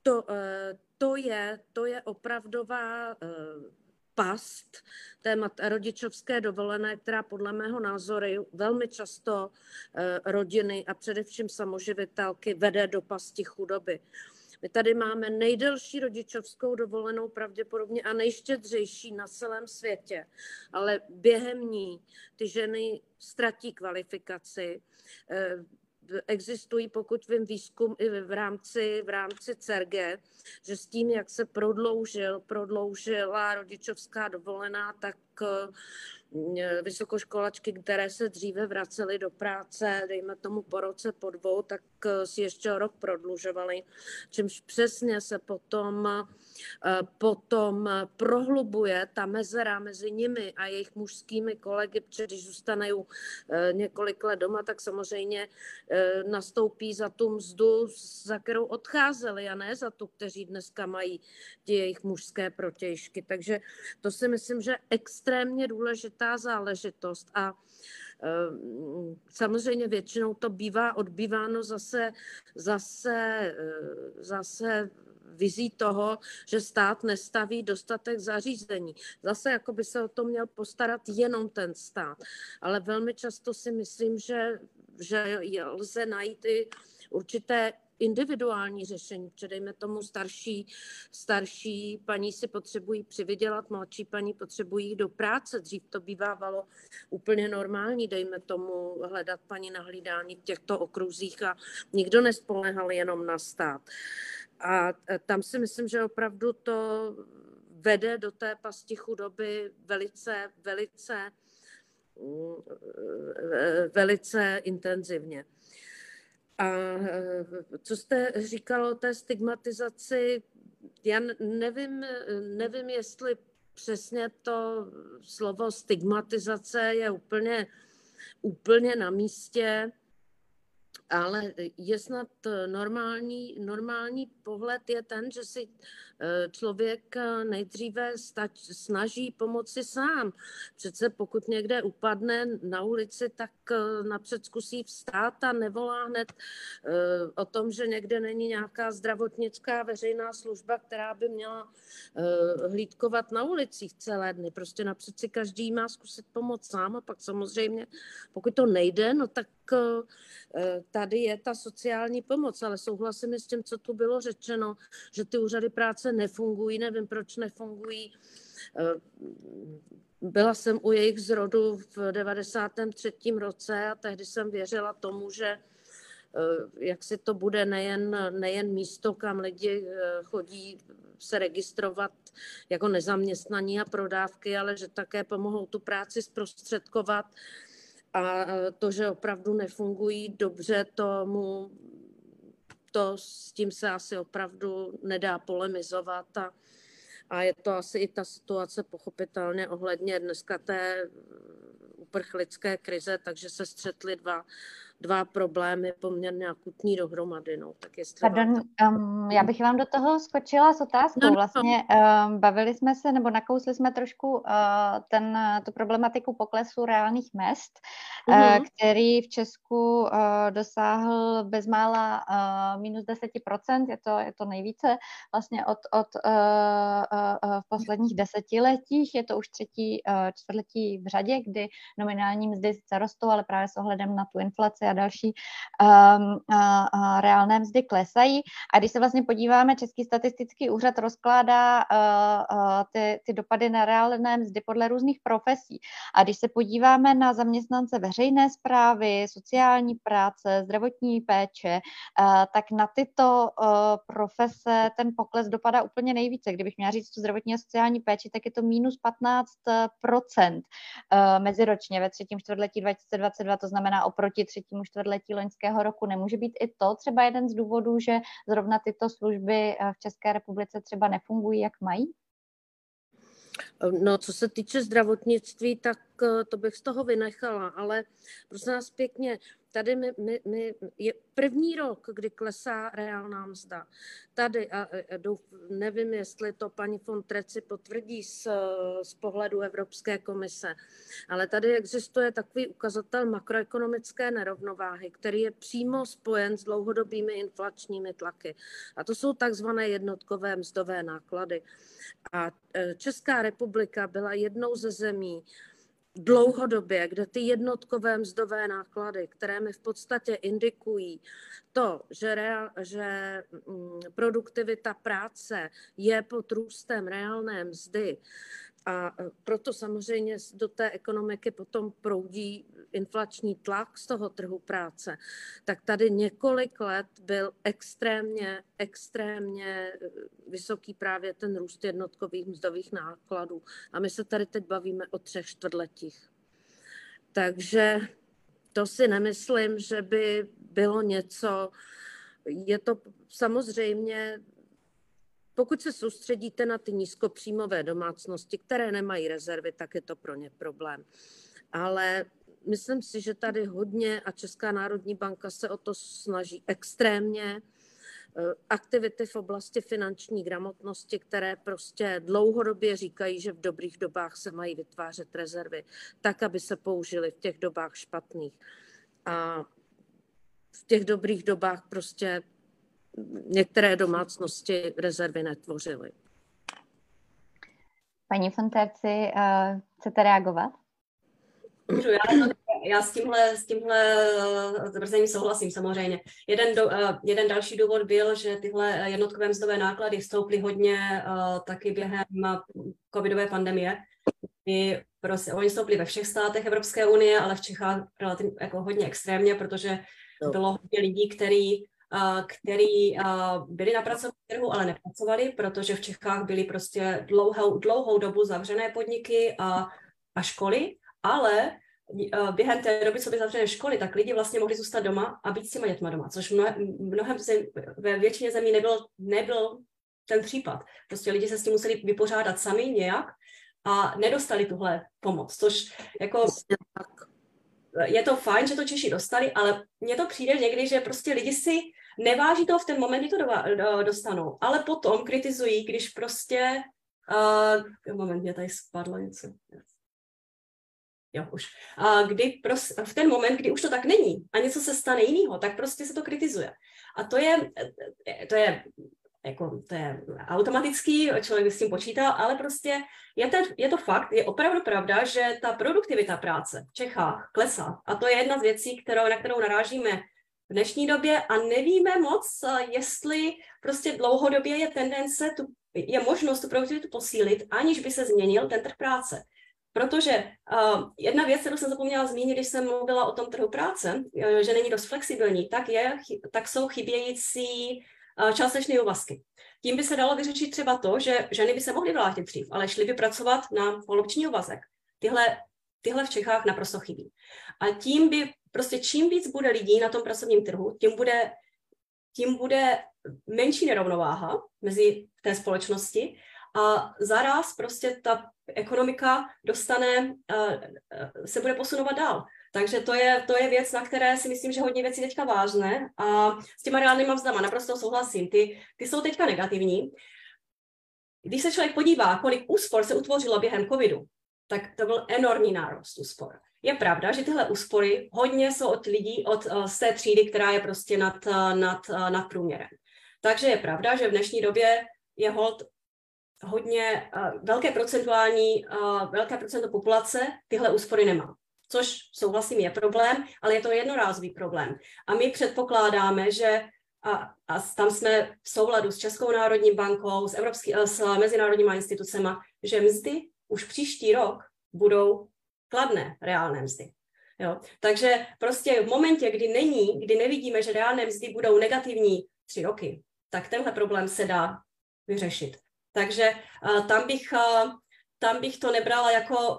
to je opravdová past témat rodičovské dovolené, která podle mého názoru velmi často rodiny a především samoživitelky vede do pasti chudoby. My tady máme nejdelší rodičovskou dovolenou pravděpodobně a nejštědřejší na celém světě, ale během ní ty ženy ztratí kvalifikaci. Existují, pokud vím, výzkum i v rámci CERGE, že s tím, jak se prodloužila rodičovská dovolená, tak vysokoškolačky, které se dříve vracely do práce, dejme tomu po roce, po 2, tak si ještě o rok prodlužovaly, čímž přesně se potom prohlubuje ta mezera mezi nimi a jejich mužskými kolegy, protože když zůstanou několik let doma, tak samozřejmě nastoupí za tu mzdu, za kterou odcházeli, a ne za tu, kteří dneska mají ty jejich mužské protějšky. Takže to si myslím, že je extrémně důležitá záležitost a samozřejmě většinou to bývá odbýváno zase vizí toho, že stát nestaví dostatek zařízení. Zase jako by se o to měl postarat jenom ten stát. Ale velmi často si myslím, že lze najít i určité individuální řešení, protože dejme tomu starší paní si potřebují přivydělat, mladší paní potřebují jít do práce. Dřív to bývávalo úplně normální, dejme tomu hledat paní na hlídání v těchto okruzích a nikdo nespoléhal jenom na stát. A tam si myslím, že opravdu to vede do té pasti chudoby velice intenzivně. A co jste říkal o té stigmatizaci, já nevím, jestli přesně to slovo stigmatizace je úplně na místě, ale je snad normální pohled je ten, že si člověk nejdříve snaží pomoci sám. Přece pokud někde upadne na ulici, tak napřed zkusí vstát a nevolá hned o tom, že někde není nějaká zdravotnická veřejná služba, která by měla hlídkovat na ulicích celé dny. Prostě napřed si každý má zkusit pomoct sám a pak samozřejmě, pokud to nejde, no tak tady je ta sociální pomoc, ale souhlasím s tím, co tu bylo řečeno, že ty úřady práce nefungují, nevím, proč nefungují. Byla jsem u jejich zrodu v 93. roce a tehdy jsem věřila tomu, že jak si to bude nejen místo, kam lidi chodí se registrovat jako nezaměstnaní a pro dávky, ale že také pomohou tu práci zprostředkovat. A to, že opravdu nefungují dobře, s tím se asi opravdu nedá polemizovat a je to asi i ta situace pochopitelně ohledně dneska té uprchlické krize, takže se střetly dva problémy poměrně akutní dohromady. No. Tak Pardon, já bych vám do toho skočila s otázkou. Vlastně bavili jsme se, nebo nakousli jsme trošku tu problematiku poklesu reálných mezd, který v Česku dosáhl bezmála minus 10%, je to nejvíce vlastně v posledních desetiletích, je to už třetí čtvrtletí v řadě, kdy nominální mzdy sice rostou, ale právě s ohledem na tu inflaci a další reálné mzdy klesají. A když se vlastně podíváme, Český statistický úřad rozkládá ty dopady na reálné mzdy podle různých profesí. A když se podíváme na zaměstnance veřejné správy, sociální práce, zdravotní péče, tak na tyto profese ten pokles dopadá úplně nejvíce. Kdybych měla říct tu zdravotní a sociální péči, tak je to minus 15% meziročně ve třetím čtvrtletí 2022, to znamená oproti třetímu čtvrtletí loňského roku. Nemůže být i to třeba jeden z důvodů, že zrovna tyto služby v České republice třeba nefungují, jak mají? No, co se týče zdravotnictví, tak to bych z toho vynechala, ale prosím nás pěkně, tady je první rok, kdy klesá reálná mzda. Tady, a nevím, jestli to paní von Treci potvrdí z pohledu Evropské komise, ale tady existuje takový ukazatel makroekonomické nerovnováhy, který je přímo spojen s dlouhodobými inflačními tlaky. A to jsou takzvané jednotkové mzdové náklady. A Česká republika byla jednou ze zemí dlouhodobě, kde ty jednotkové mzdové náklady, které mi v podstatě indikují to, že produktivita práce je pod růstem reálné mzdy, a proto samozřejmě do té ekonomiky potom proudí inflační tlak z toho trhu práce. Tak tady několik let byl extrémně vysoký právě ten růst jednotkových mzdových nákladů. A my se tady teď bavíme o 3 čtvrtletích. Takže to si nemyslím, že by bylo něco. Je to samozřejmě, pokud se soustředíte na ty nízkopříjmové domácnosti, které nemají rezervy, tak je to pro ně problém. Ale myslím si, že tady hodně a Česká národní banka se o to snaží extrémně. Aktivity v oblasti finanční gramotnosti, které prostě dlouhodobě říkají, že v dobrých dobách se mají vytvářet rezervy, tak, aby se použily v těch dobách špatných. A v těch dobrých dobách prostě některé domácnosti rezervy netvořily. Paní von Terci, chcete reagovat? Já s tímhle tvrzením souhlasím samozřejmě. Jeden další důvod byl, že tyhle jednotkové mzdové náklady vstoupily hodně taky během covidové pandemie. Oni vstoupili ve všech státech Evropské unie, ale v Čechách relativně jako hodně extrémně, protože bylo hodně lidí, kteří byli na pracovním trhu, ale nepracovali, protože v Čechách byly prostě dlouhou dobu zavřené podniky a školy, ale během té doby, co byly zavřené školy, tak lidi vlastně mohli zůstat doma a být s těma dětma doma, což ve většině zemí nebyl ten případ. Prostě lidi se s tím museli vypořádat sami nějak a nedostali tuhle pomoc, což jako je to fajn, že to Češi dostali, ale mně to přijde někdy, že prostě lidi si neváží toho v ten moment, kdy to dostanou, ale potom kritizují, když prostě moment, mě tady spadlo něco. Jo, už. V ten moment, kdy už to tak není a něco se stane jiného, tak prostě se to kritizuje. A to je automatický, člověk s tím počítá, ale prostě je to fakt, je opravdu pravda, že ta produktivita práce v Čechách klesá. A to je jedna z věcí, na kterou narážíme v dnešní době a nevíme moc, jestli prostě dlouhodobě je tendence, je možnost tu produktivitu posílit, aniž by se změnil ten trh práce. Protože jedna věc, kterou jsem zapomněla zmínit, když jsem mluvila o tom trhu práce, že není dost flexibilní, tak jsou chybějící částečné úvazky. Tím by se dalo vyřešit třeba to, že ženy by se mohly vrátit dřív, ale šly by pracovat na poloviční úvazek. Tyhle v Čechách naprosto chybí. A tím by prostě čím víc bude lidí na tom pracovním trhu, tím bude menší nerovnováha mezi té společnosti a zaraz prostě ta ekonomika se bude posunovat dál. Takže to je věc, na které si myslím, že hodně věcí teďka vážné a s těma reálnýma mzdama naprosto souhlasím. Ty jsou teďka negativní. Když se člověk podívá, kolik úspor se utvořilo během covidu, tak to byl enormní nárůst úspor. Je pravda, že tyhle úspory hodně jsou od lidí z té třídy, která je prostě nad průměrem. Takže je pravda, že v dnešní době je holt hodně velké procento populace tyhle úspory nemá. což souhlasím je problém, ale je to jednorázový problém. A my předpokládáme, že a tam jsme v souladu s Českou národní bankou, s mezinárodními institucemi, že mzdy už příští rok budou kladné reálné mzdy. Jo? Takže prostě v momentě, kdy nevidíme, že reálné mzdy budou negativní 3 roky, tak tenhle problém se dá vyřešit. Takže tam bych to nebrala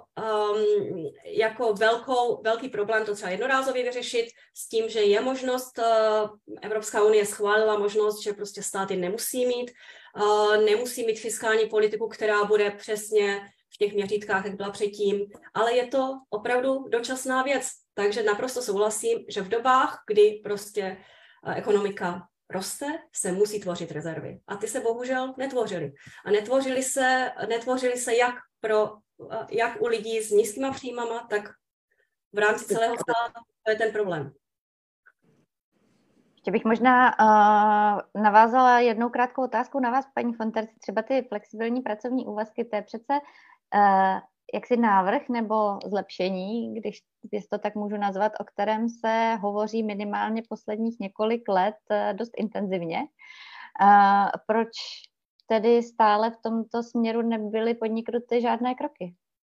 jako velký problém to třeba jednorázově vyřešit s tím, že je možnost, Evropská unie schválila možnost, že prostě státy nemusí mít fiskální politiku, která bude přesně v těch měřítkách, jak byla předtím, ale je to opravdu dočasná věc. Takže naprosto souhlasím, že v dobách, kdy prostě ekonomika roste, se musí tvořit rezervy. A ty se bohužel netvořily. A netvořily se jak u lidí s nízkýma příjmama, tak v rámci celého státu. To je ten problém. Ještě bych možná navázala jednou krátkou otázku na vás, paní von der, třeba ty flexibilní pracovní úvazky, to je přece jaksi návrh nebo zlepšení, když to tak můžu nazvat, o kterém se hovoří minimálně posledních několik let dost intenzivně. Proč tedy stále v tomto směru nebyly podniknuty žádné kroky?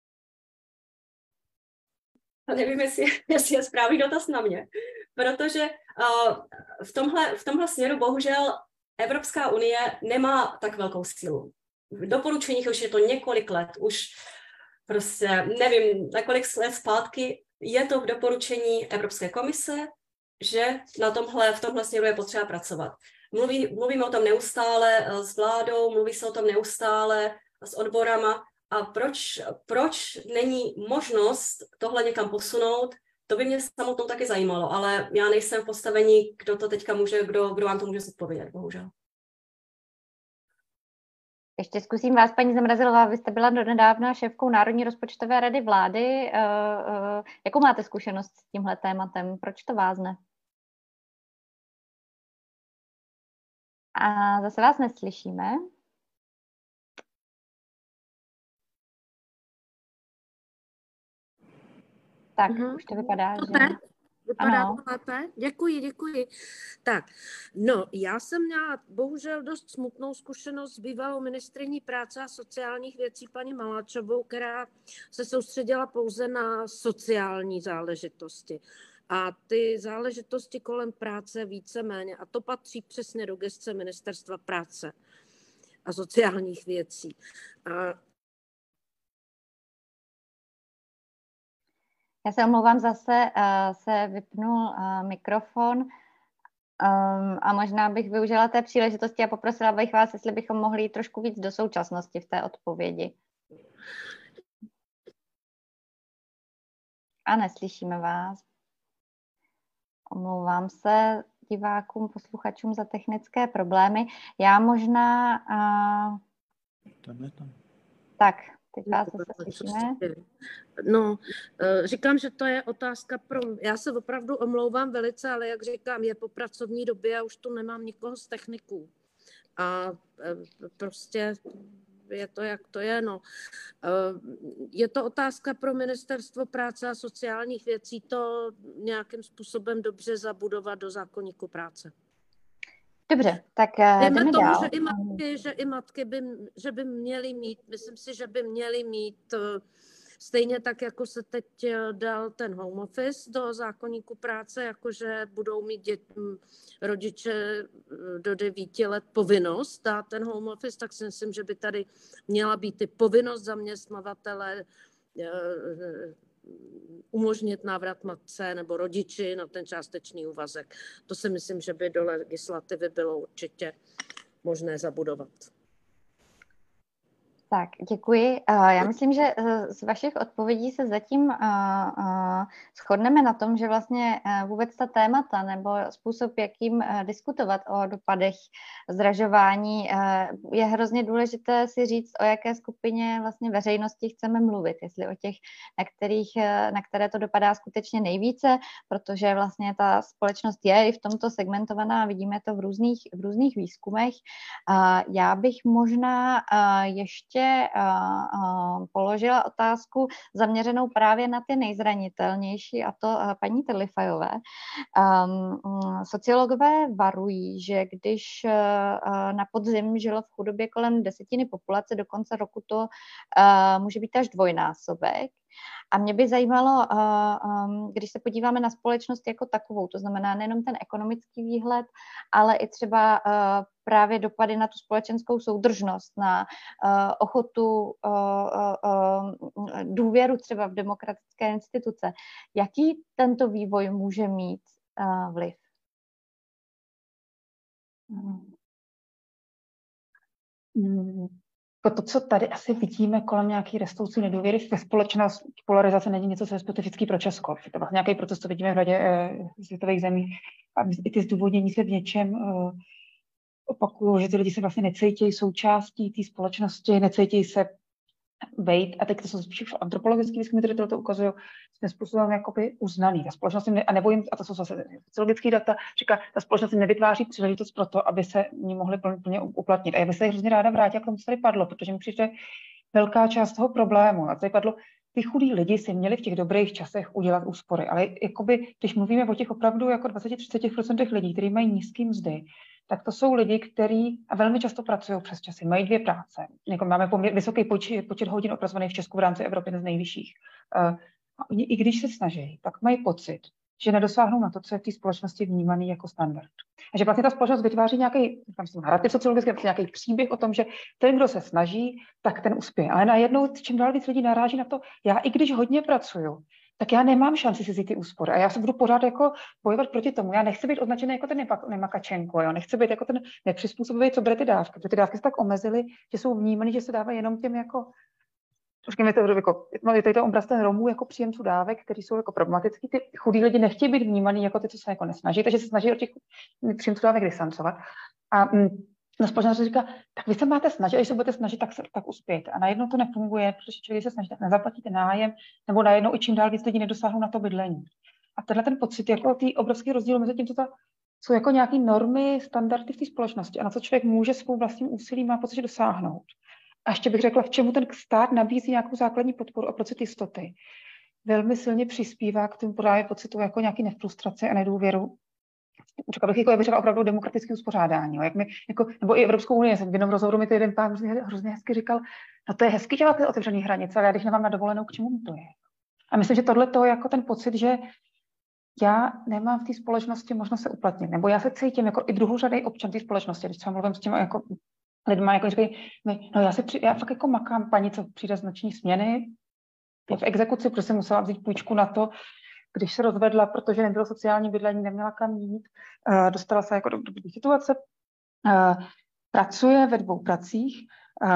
Nevím, jestli je správný dotaz na mě, protože v tomhle směru bohužel Evropská unie nemá tak velkou sílu. V doporučeních už je to několik let, už prostě nevím, na kolik let zpátky je to v doporučení Evropské komise, že v tomhle směru je potřeba pracovat. Mluvíme o tom neustále s vládou, mluví se o tom neustále s odborama. A proč není možnost tohle někam posunout, to by mě samotnou taky zajímalo, ale já nejsem v postavení, kdo to teďka může, kdo vám to může zodpovědět, bohužel. Ještě zkusím vás, paní Zamrazilová, vy jste byla donedávna šéfkou Národní rozpočtové rady vlády. Jakou máte zkušenost s tímhle tématem? Proč to vázne? A zase vás neslyšíme. Tak, už to vypadá, že... Vypadá to lépe? Děkuji. Tak, no, já jsem měla bohužel dost smutnou zkušenost s bývalou ministryní práce a sociálních věcí paní Maláčovou, která se soustředila pouze na sociální záležitosti. A ty záležitosti kolem práce víceméně, a to patří přesně do gesce Ministerstva práce a sociálních věcí. Já se omlouvám, zase se vypnul mikrofon a možná bych využila té příležitosti a poprosila bych vás, jestli bychom mohli jít trošku víc do současnosti v té odpovědi. A neslyšíme vás. Omlouvám se divákům, posluchačům za technické problémy. Já možná... Tak, teď vás zase slyšíme. No, říkám, že to je otázka pro... Já se opravdu omlouvám velice, ale jak říkám, je po pracovní době a už tu nemám nikoho z techniků. A prostě je to, jak to je. No. Je to otázka pro Ministerstvo práce a sociálních věcí to nějakým způsobem dobře zabudovat do zákoníku práce. Dobře, tak jdeme tomu, dál. Že i matky by měly mít, myslím si, že by měly mít stejně tak, jako se teď dal ten home office do zákoníku práce, jakože budou mít rodiče do 9 let povinnost dát ten home office, tak si myslím, že by tady měla být i povinnost zaměstnavatele umožnit návrat matce nebo rodiči na ten částečný úvazek. To si myslím, že by do legislativy bylo určitě možné zabudovat. Tak, děkuji. Já myslím, že z vašich odpovědí se zatím shodneme na tom, že vlastně vůbec ta témata nebo způsob, jakým diskutovat o dopadech zdražování, je hrozně důležité si říct, o jaké skupině vlastně veřejnosti chceme mluvit, jestli o těch, na které to dopadá skutečně nejvíce, protože vlastně ta společnost je i v tomto segmentovaná, vidíme to v různých výzkumech. Já bych možná ještě debatě položila otázku zaměřenou právě na ty nejzranitelnější, a to paní Telifajové. Sociologové varují, že když na podzim žilo v chudobě kolem 10% populace, do konce roku to může být až dvojnásobek. A mě by zajímalo, když se podíváme na společnost jako takovou, to znamená nejenom ten ekonomický výhled, ale i třeba právě dopady na tu společenskou soudržnost, na ochotu, důvěru třeba v demokratické instituce. Jaký tento vývoj může mít vliv? To, co tady asi vidíme kolem nějaký rostoucí nedůvěry ve společnost, polarizace není něco, co je specifický pro Česko. Je to vlastně nějaký proces, co vidíme v řadě světových zemí. A i ty zdůvodnění se v něčem opakují, že ty lidi se vlastně necítí součástí té společnosti, necítí se bejt, a teď to jsou spíš antropologické výzkumy, které to ukazují, tím způsobem jakoby uznaný. Ta společnost a nebo jim, a to jsou zase sociologické data, říká, ta společnost nevytváří příležitost pro to, aby se ní mohli plně uplatnit. A já bych se hrozně ráda vrátila k tomu, co tady padlo, protože mi přijde velká část toho problému. A tady padlo, ty chudí lidi si měli v těch dobrých časech udělat úspory, ale jakoby, když mluvíme o těch opravdu jako 20-30% lidí, kteří mají nízké mzdy, tak to jsou lidi, kteří velmi často pracují přes časy, mají 2 práce. Jako máme vysoký počet hodin odpracovaných v Česku v rámci Evropy, z nejvyšších. I když se snaží, tak mají pocit, že nedosáhnou na to, co je v té společnosti vnímaný jako standard. A že vlastně ta společnost vytváří nějaký narrativ sociologický, nějaký příběh o tom, že ten, kdo se snaží, tak ten uspěje. Ale najednou čím dál víc lidí naráží na to, já i když hodně pracuju, tak já nemám šanci si vzít ty úspory. A já se budu pořád jako bojovat proti tomu. Já nechci být označený jako ten nemakačenko, jo? Nechci být jako ten nepřizpůsobivý, co bere ty dávky. Protože ty dávky se tak omezily, že jsou vnímané, že se dávají jenom těm jako řekněme to jako, je tady to obraz ten Romů jako příjemců dávek, kteří jsou jako problematický. Ty chudí lidi nechtějí být vnímaný jako ty, co se jako nesnaží, takže se snaží od těch příjemců dávek distancovat. A na společnost říká, tak vy se máte snažit, když se budete snažit, tak uspějete. A najednou to nefunguje, protože člověk se snaží, tak nezaplatíte nájem, nebo najednou i čím dál víc lidí nedosáhnou na to bydlení. A tenhle ten pocit, jako ty obrovský rozdíl mezi tím, co jsou jako nějaké normy, standardy v té společnosti a na co člověk může svou vlastním úsilím má pocit dosáhnout. A ještě bych řekla, v čemu ten stát nabízí nějakou základní podporu a pocit jistoty. Velmi silně přispívá k tomu právě pocitu jako nějaký nefrustrace a nedůvěru. Řekla bych, jako třeba opravdu demokratické uspořádání. Jak my, jako, nebo i Evropskou unii, jsem v jednom rozhovoru mi to jeden pán hrozně hezky říkal, no to je hezky dělat ty otevřené hranice, ale já když nemám na dovolenou, k čemu mi to je? A myslím, že tohle to je jako ten pocit, že já nemám v té společnosti možnost se uplatnit, nebo já se cítím jako i druhořadý občan té společnosti, když třeba mluvím s těmi jako lidma, jako říkají, no já fakt jako makám paní, co přijde z noční směny, je v exekuci, protože jsem musela vzít půjčku na to, když se rozvedla, protože nebylo sociální bydlení, neměla kam jít, dostala se jako do situace, pracuje ve 2 pracích,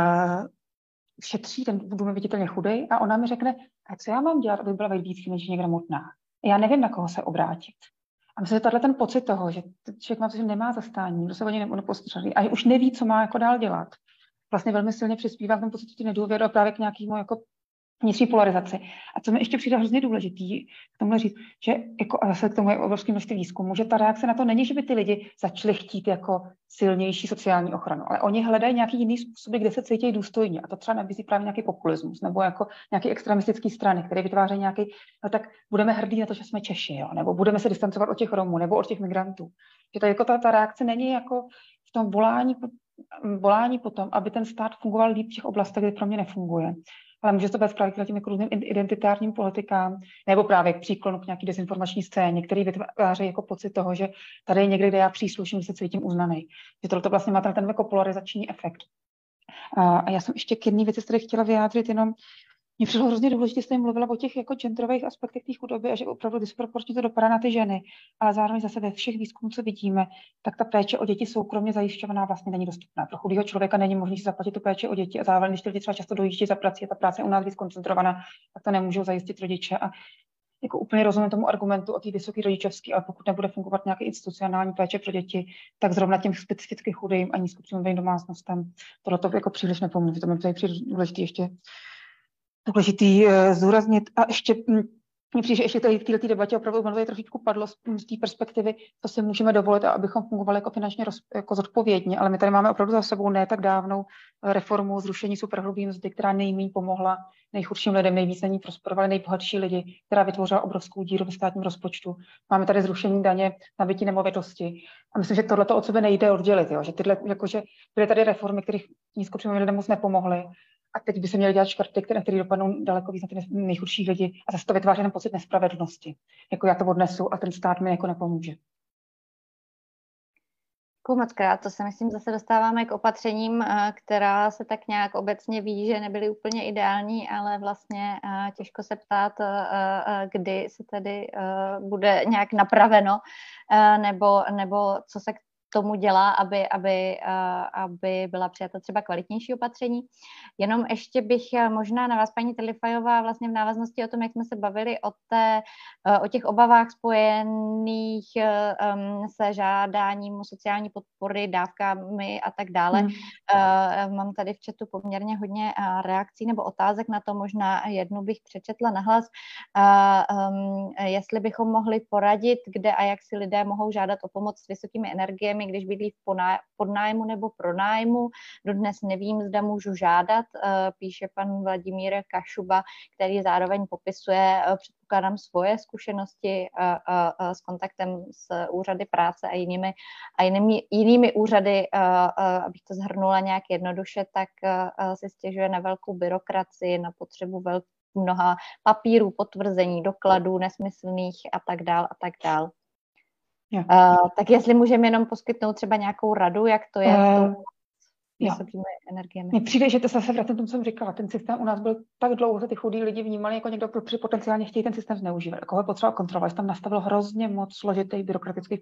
šetří, ten dům je viditelně chudej a ona mi řekne, a co já mám dělat, aby byla víc než někde mutná. Já nevím, na koho se obrátit. A myslím, že tahle ten pocit toho, že člověk má, že nemá zastání, kdo se o něj nepostřelí a už neví, co má jako dál dělat, vlastně velmi silně přispívá k tomu pocitu ty nedůvěry a právě k nějakému jako vnitřní polarizaci. A co mi ještě přijde hrozně důležitý k tomu říct, že jako, a zase k tomu je obrovské množství výzkumu, že ta reakce na to není, že by ty lidi začali chtít jako silnější sociální ochranu, ale oni hledají nějaký jiný způsoby, kde se cítí důstojně. A to třeba nabízí právě nějaký populismus nebo jako nějaký extremistický strany, které vytvářejí nějaký, no tak budeme hrdí na to, že jsme Češi, jo? Nebo budeme se distancovat od těch Romů nebo od těch migrantů. Že to jako ta reakce není jako v tom volání potom, aby ten stát fungoval líp v těch oblastech, kde pro mě nefunguje. Ale může to být právě k těm jako různým identitárním politikám, nebo právě k příklonu k nějaký dezinformační scéně, který vytváří jako pocit toho, že tady je někde, kde já přísluším, se cítím uznaný. Že tohle vlastně má ten jako polarizační efekt. A já jsem ještě k jedné věci, které chtěla vyjádřit, jenom mě přišlo hrozně důležité, že jste mluvila o těch jako genderových aspektech té chudoby a že opravdu disproporčně to dopadá na ty ženy, ale zároveň zase ve všech výzkumů, co vidíme, tak ta péče o děti soukromě zajišťovaná vlastně není dostupná. Pro chudého člověka není možné si zaplatit tu péči o děti a zároveň, když ty lidi třeba často dojíždí za prací a ta práce je u nás víc koncentrovaná, tak to nemůžou zajistit rodiče. A jako úplně rozumím tomu argumentu o té vysoké rodičovské, ale pokud nebude fungovat nějaký institucionální péče pro děti, tak zrovna těm specificky chudým a nízkopříjmovým domácnostem tohle to jako příliš nepomůže. To mi přijde důležitý zdůraznit. A ještě mně přijde, že ještě v této debatě opravdu trošičku padlo z té perspektivy, co si můžeme dovolit, abychom fungovali jako finančně jako zodpovědně, ale my tady máme opravdu za sebou ne tak dávnou reformu zrušení superhrubé mzdy, která nejméně pomohla nejchudším lidem, nejvíc na ní prosperovali nejbohatší lidi, která vytvořila obrovskou díru ve státním rozpočtu. Máme tady zrušení daně na bytí nemovitosti. A myslím, že tohle od sebe nejde oddělit, jo? Že byly tady reformy, které nízkopříjmovým lidem moc nepomohly. A teď by se měly dělat škrty, které dopadnou daleko víc na ty nejchudší lidi a zase to vytváří ten pocit nespravedlnosti. Jako já to odnesu a ten stát mi jako nepomůže. Děkuji moc krát. To se myslím zase dostáváme k opatřením, která se tak nějak obecně ví, že nebyly úplně ideální, ale vlastně těžko se ptát, kdy se tedy bude nějak napraveno, nebo co se k tomu dělá, aby byla přijata třeba kvalitnější opatření. Jenom ještě bych možná na vás, paní Telifajová, vlastně v návaznosti o tom, jak jsme se bavili o těch obavách spojených se žádáním sociální podpory, dávkami a tak dále. Mám tady v chatu poměrně hodně reakcí nebo otázek na to, možná jednu bych přečetla nahlas. Jestli bychom mohli poradit, kde a jak si lidé mohou žádat o pomoc s vysokými energiemi, když bydlí v podnájmu nebo pronájmu. Dodnes nevím, zda můžu žádat, píše pan Vladimír Kašuba, který zároveň popisuje, předpokládám, svoje zkušenosti s kontaktem s úřady práce a jinými úřady, abych to shrnula nějak jednoduše, tak si stěžuje na velkou byrokracii, na potřebu mnoha papírů, potvrzení, dokladů nesmyslných a tak dál. Tak jestli můžeme jenom poskytnout třeba nějakou radu, jak to je s vysokými energiemi. Mně přijde, že to zase vrátím tomu, co jsem říkala. Ten systém u nás byl tak dlouho, že ty chudí lidi vnímali jako někdo, kdo potenciálně chtějí ten systém zneužívat. Koho je potřeba kontrolovat. Tam nastavilo hrozně moc složitých byrokratických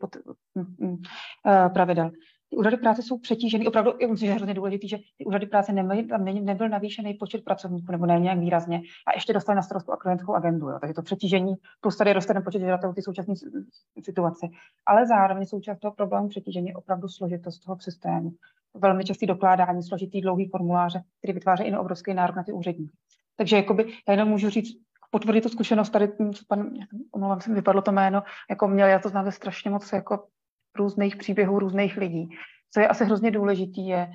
pravidel. Ty úřady práce jsou přetížený, opravdu, myslím, že je hrozně důležitý, že ty úřady práce nebyl navýšený počet pracovníků, nebo ne nějak výrazně, a ještě dostali na starost klientskou agendu. Jo. Takže to přetížení, plus tady roste ten počet žadatelů ty současné situace. Ale zároveň součást toho problému přetížení je opravdu složitost toho systému. Velmi častý dokládání, složitý dlouhý formuláře, který vytváří i obrovský nárok na ty úředníky. Takže jakoby, já jenom můžu říct, potvrdit tu zkušenost tady, omlouvám se, mi vypadlo to jméno, jako měl, já to znám strašně moc jako různých příběhů, různých lidí. Co je asi hrozně důležitý, je,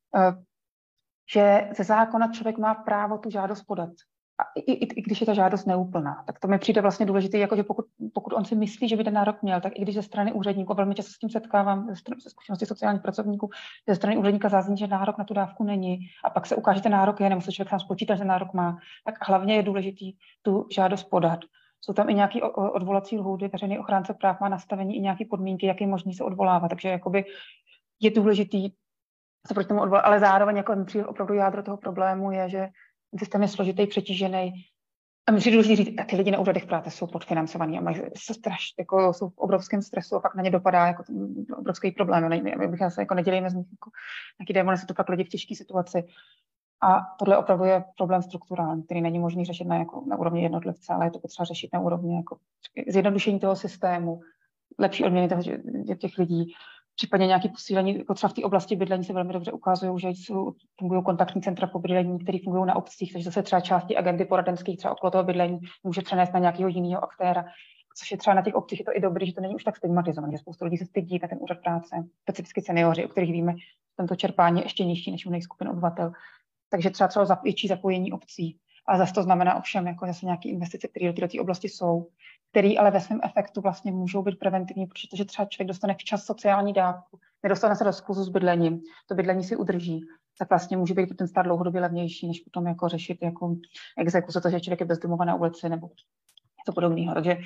že ze zákona člověk má právo tu žádost podat. A i když je ta žádost neúplná, tak to mi přijde vlastně důležité, jako že pokud on si myslí, že by ten nárok měl, tak i když ze strany úředníků, velmi často s tím setkávám ze zkušenosti sociálních pracovníků, ze strany úředníka zazní, že nárok na tu dávku není, a pak se ukáže, že ten nárok je, nemusí člověk sám spočítat, že ten nárok má, tak hlavně je důležitý tu žádost podat. Jsou tam i nějaké odvolací lhůty, veřejný ochránce práv má nastavení i nějaké podmínky, jak je možné se odvolávat, takže jakoby je důležitý se proti tomu odvolat, ale zároveň jako opravdu jádro toho problému je, že systém je složitý, přetížený. A myslím, že důležitý říct, ty lidi na úřadech práce jsou podfinancovaní a mají jako jsou v obrovském stresu a pak na ně dopadá jako obrovský problém. Bych se jako nedělíme z nich jako nějaký démony, jsou to pak lidi v těžké situaci. A tohle opravdu je problém strukturální, který není možný řešit na úrovni jednotlivce, ale je to potřeba řešit na úrovni jako zjednodušení toho systému, lepší odměny těch lidí, případně nějaké posílení, jako třeba v té oblasti bydlení se velmi dobře ukazují, že fungují kontaktní centra po bydlení, které fungují na obcích, takže zase třeba části agendy poradenských třeba okolo toho bydlení může přenést na nějakého jiného aktéra, což je třeba na těch obcích je to i dobrý, že to není už tak stigmatizované, že spoustu lidí se stydí na ten úřad práce, specificky seniori, o kterých víme, že tento čerpání je ještě nižší než u jiných skupin obyvatel. Takže třeba větší zapojení obcí. A zase to znamená ovšem jako zase nějaké investice, které do té oblasti jsou, které ale ve svém efektu vlastně můžou být preventivní, protože třeba člověk dostane včas sociální dávku, nedostane se do skluzu s bydlením, to bydlení si udrží, tak vlastně může být ten stát dlouhodobě levnější, než potom jako řešit jako exekuce, to, že člověk je bezdomova na ulici nebo něco podobného. Takže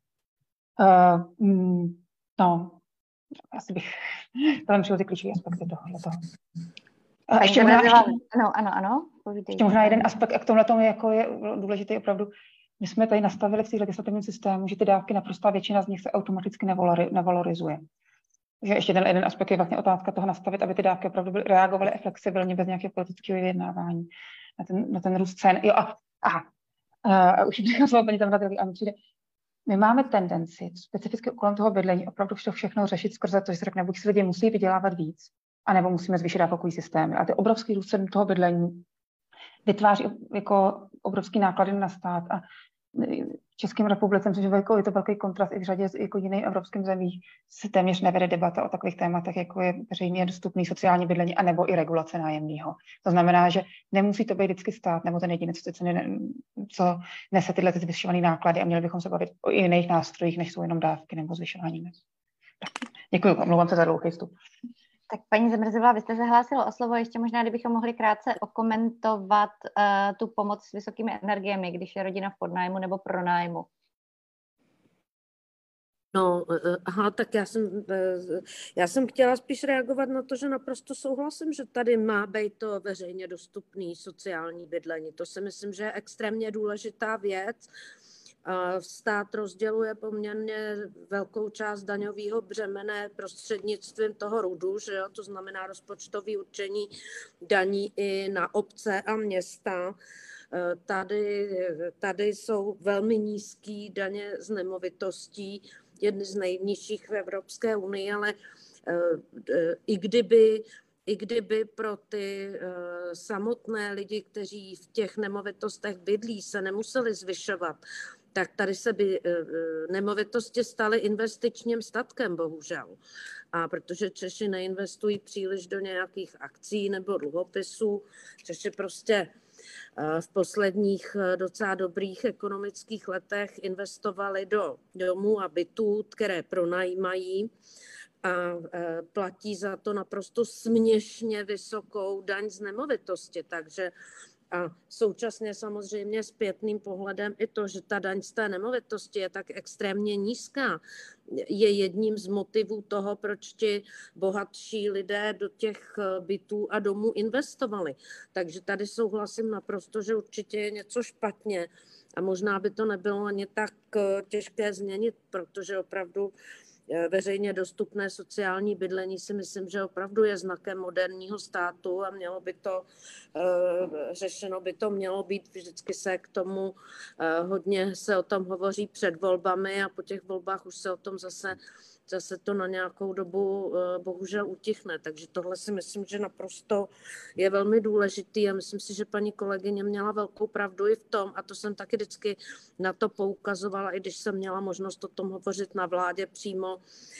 asi bych tam přišel ty klíčové aspekty tohoto. A ještě možná jeden aspekt, a k tomhle jako je důležitý opravdu, my jsme tady nastavili v té legislativním systému, že ty dávky naprostá většina z nich se automaticky nevalorizuje. Takže ještě ten jeden aspekt je vlastně otázka toho nastavit, aby ty dávky opravdu reagovaly flexibilně bez nějakého politického vyjednávání na ten růst cen. Jo, už paní tam my máme tendenci specificky kolem toho bydlení opravdu všechno řešit skrze to, že se řekne, buď si lidi musí vydělávat víc, anebo musíme zvýšit dávkový systémy. A ty obrovský růst cen toho bydlení vytváří jako obrovský náklady na stát a v České republice, myslím, že je to velký kontrast i v řadě jako jiných evropských zemích, se téměř nevede debata o takových tématech, jako je veřejně dostupný sociální bydlení anebo i regulace nájemního. To znamená, že nemusí to být vždycky stát nebo ten jedinec, co nese tyhle zvyšované náklady a měli bychom se bavit o jiných nástrojích, než jsou jenom dávky nebo zvyšování mezd. Děkuji, omlouvám se za dlouhý vstup. Tak paní Zamrzilová, vy jste se hlásila o slovo, ještě možná, kdybychom mohli krátce okomentovat tu pomoc s vysokými energiemi, když je rodina v podnájmu nebo pronájmu. No, aha, tak já jsem chtěla spíš reagovat na to, že naprosto souhlasím, že tady má být to veřejně dostupný sociální bydlení. To si myslím, že je extrémně důležitá věc. Stát rozděluje poměrně velkou část daňového břemene prostřednictvím toho RUDu, že jo? To znamená rozpočtové určení daní i na obce a města. Tady jsou velmi nízké daně z nemovitostí, jedny z nejnižších v Evropské unii, ale i kdyby pro ty samotné lidi, kteří v těch nemovitostech bydlí, se nemuseli zvyšovat, tak tady se by nemovitosti staly investičním statkem, bohužel. A protože Češi neinvestují příliš do nějakých akcí nebo dluhopisů, Češi prostě v posledních docela dobrých ekonomických letech investovali do domů a bytů, které pronajímají a platí za to naprosto směšně vysokou daň z nemovitosti. Takže a současně samozřejmě zpětným pohledem i to, že ta daň z té nemovitosti je tak extrémně nízká, je jedním z motivů toho, proč ti bohatší lidé do těch bytů a domů investovali. Takže tady souhlasím naprosto, že určitě je něco špatně a možná by to nebylo ani tak těžké změnit, protože opravdu veřejně dostupné sociální bydlení si myslím, že opravdu je znakem moderního státu a mělo by to řešeno, by to mělo být, vždycky se k tomu hodně se o tom hovoří před volbami a po těch volbách už se o tom zase to na nějakou dobu bohužel utichne. Takže tohle si myslím, že naprosto je velmi důležitý a myslím si, že paní kolegyně měla velkou pravdu i v tom, a to jsem taky vždycky na to poukazovala, i když jsem měla možnost o tom hovořit na vládě přímo,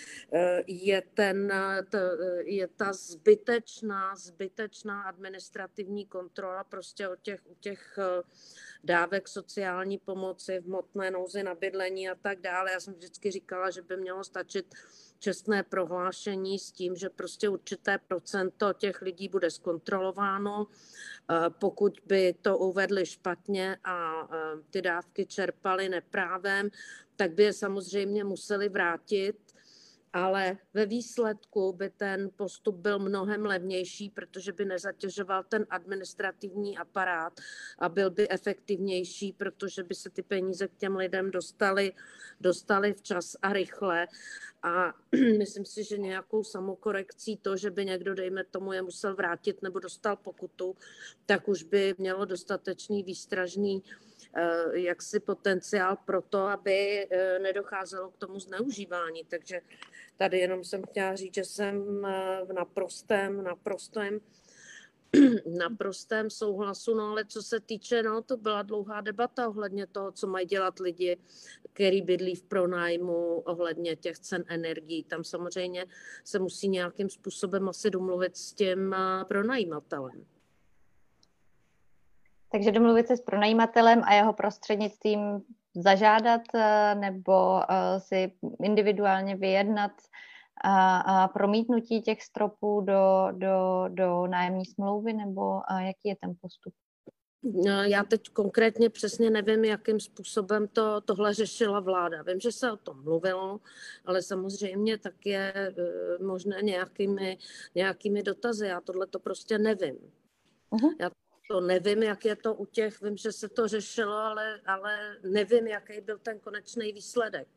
je ta zbytečná administrativní kontrola prostě u těch dávek sociální pomoci, v hmotné nouzi na bydlení a tak dále. Já jsem vždycky říkala, že by mělo stačit čestné prohlášení s tím, že prostě určité procento těch lidí bude zkontrolováno. Pokud by to uvedli špatně a ty dávky čerpali neprávem, tak by je samozřejmě museli vrátit, ale ve výsledku by ten postup byl mnohem levnější, protože by nezatěžoval ten administrativní aparát a byl by efektivnější, protože by se ty peníze k těm lidem dostaly včas a rychle. A myslím si, že nějakou samokorekcí to, že by někdo, dejme tomu, je musel vrátit nebo dostal pokutu, tak už by mělo dostatečný výstražný jaksi potenciál pro to, aby nedocházelo k tomu zneužívání. Takže tady jenom jsem chtěla říct, že jsem v naprostém souhlasu, no ale co se týče, no to byla dlouhá debata ohledně toho, co mají dělat lidi, kteří bydlí v pronájmu, ohledně těch cen energií. Tam samozřejmě se musí nějakým způsobem asi domluvit s tím pronajímatelem. Takže domluvit se s pronajímatelem a jeho prostřednictvím zažádat nebo si individuálně vyjednat a promítnutí těch stropů do nájemní smlouvy, nebo jaký je ten postup? Já teď konkrétně přesně nevím, jakým způsobem tohle řešila vláda. Vím, že se o tom mluvilo, ale samozřejmě tak je možné nějakými dotazy. Já tohle to prostě nevím. Já to nevím, jak je to u těch, vím, že se to řešilo, ale nevím, jaký byl ten konečný výsledek.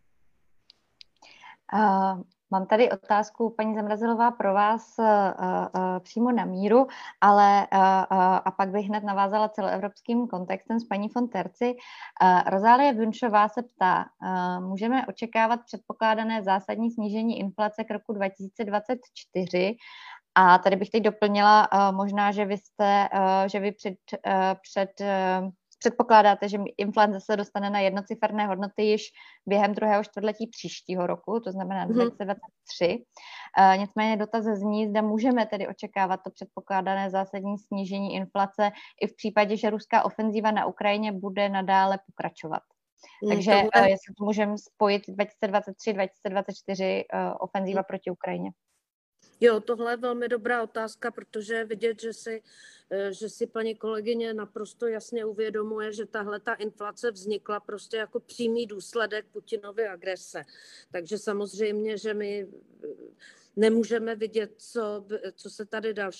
Mám tady otázku, paní Zamrazilová, pro vás přímo na míru, ale a pak bych hned navázala celoevropským kontextem s paní von Terci. Rozálie Bunšová se ptá, můžeme očekávat předpokládané zásadní snížení inflace k roku 2024? A tady bych teď doplnila možná, že vy před předpokládáte, že inflace se dostane na jednociferné hodnoty již během druhého čtvrtletí příštího roku, to znamená 2023. Nicméně dotaz zní, zda můžeme tedy očekávat to předpokládané zásadní snížení inflace i v případě, že ruská ofenzíva na Ukrajině bude nadále pokračovat. Takže jestli to můžeme spojit 2023-2024 ofenzíva proti Ukrajině. Jo, tohle je velmi dobrá otázka, protože je vidět, že si paní kolegyně naprosto jasně uvědomuje, že tahle ta inflace vznikla prostě jako přímý důsledek Putinovy agrese. Takže samozřejmě, že my nemůžeme vidět, co se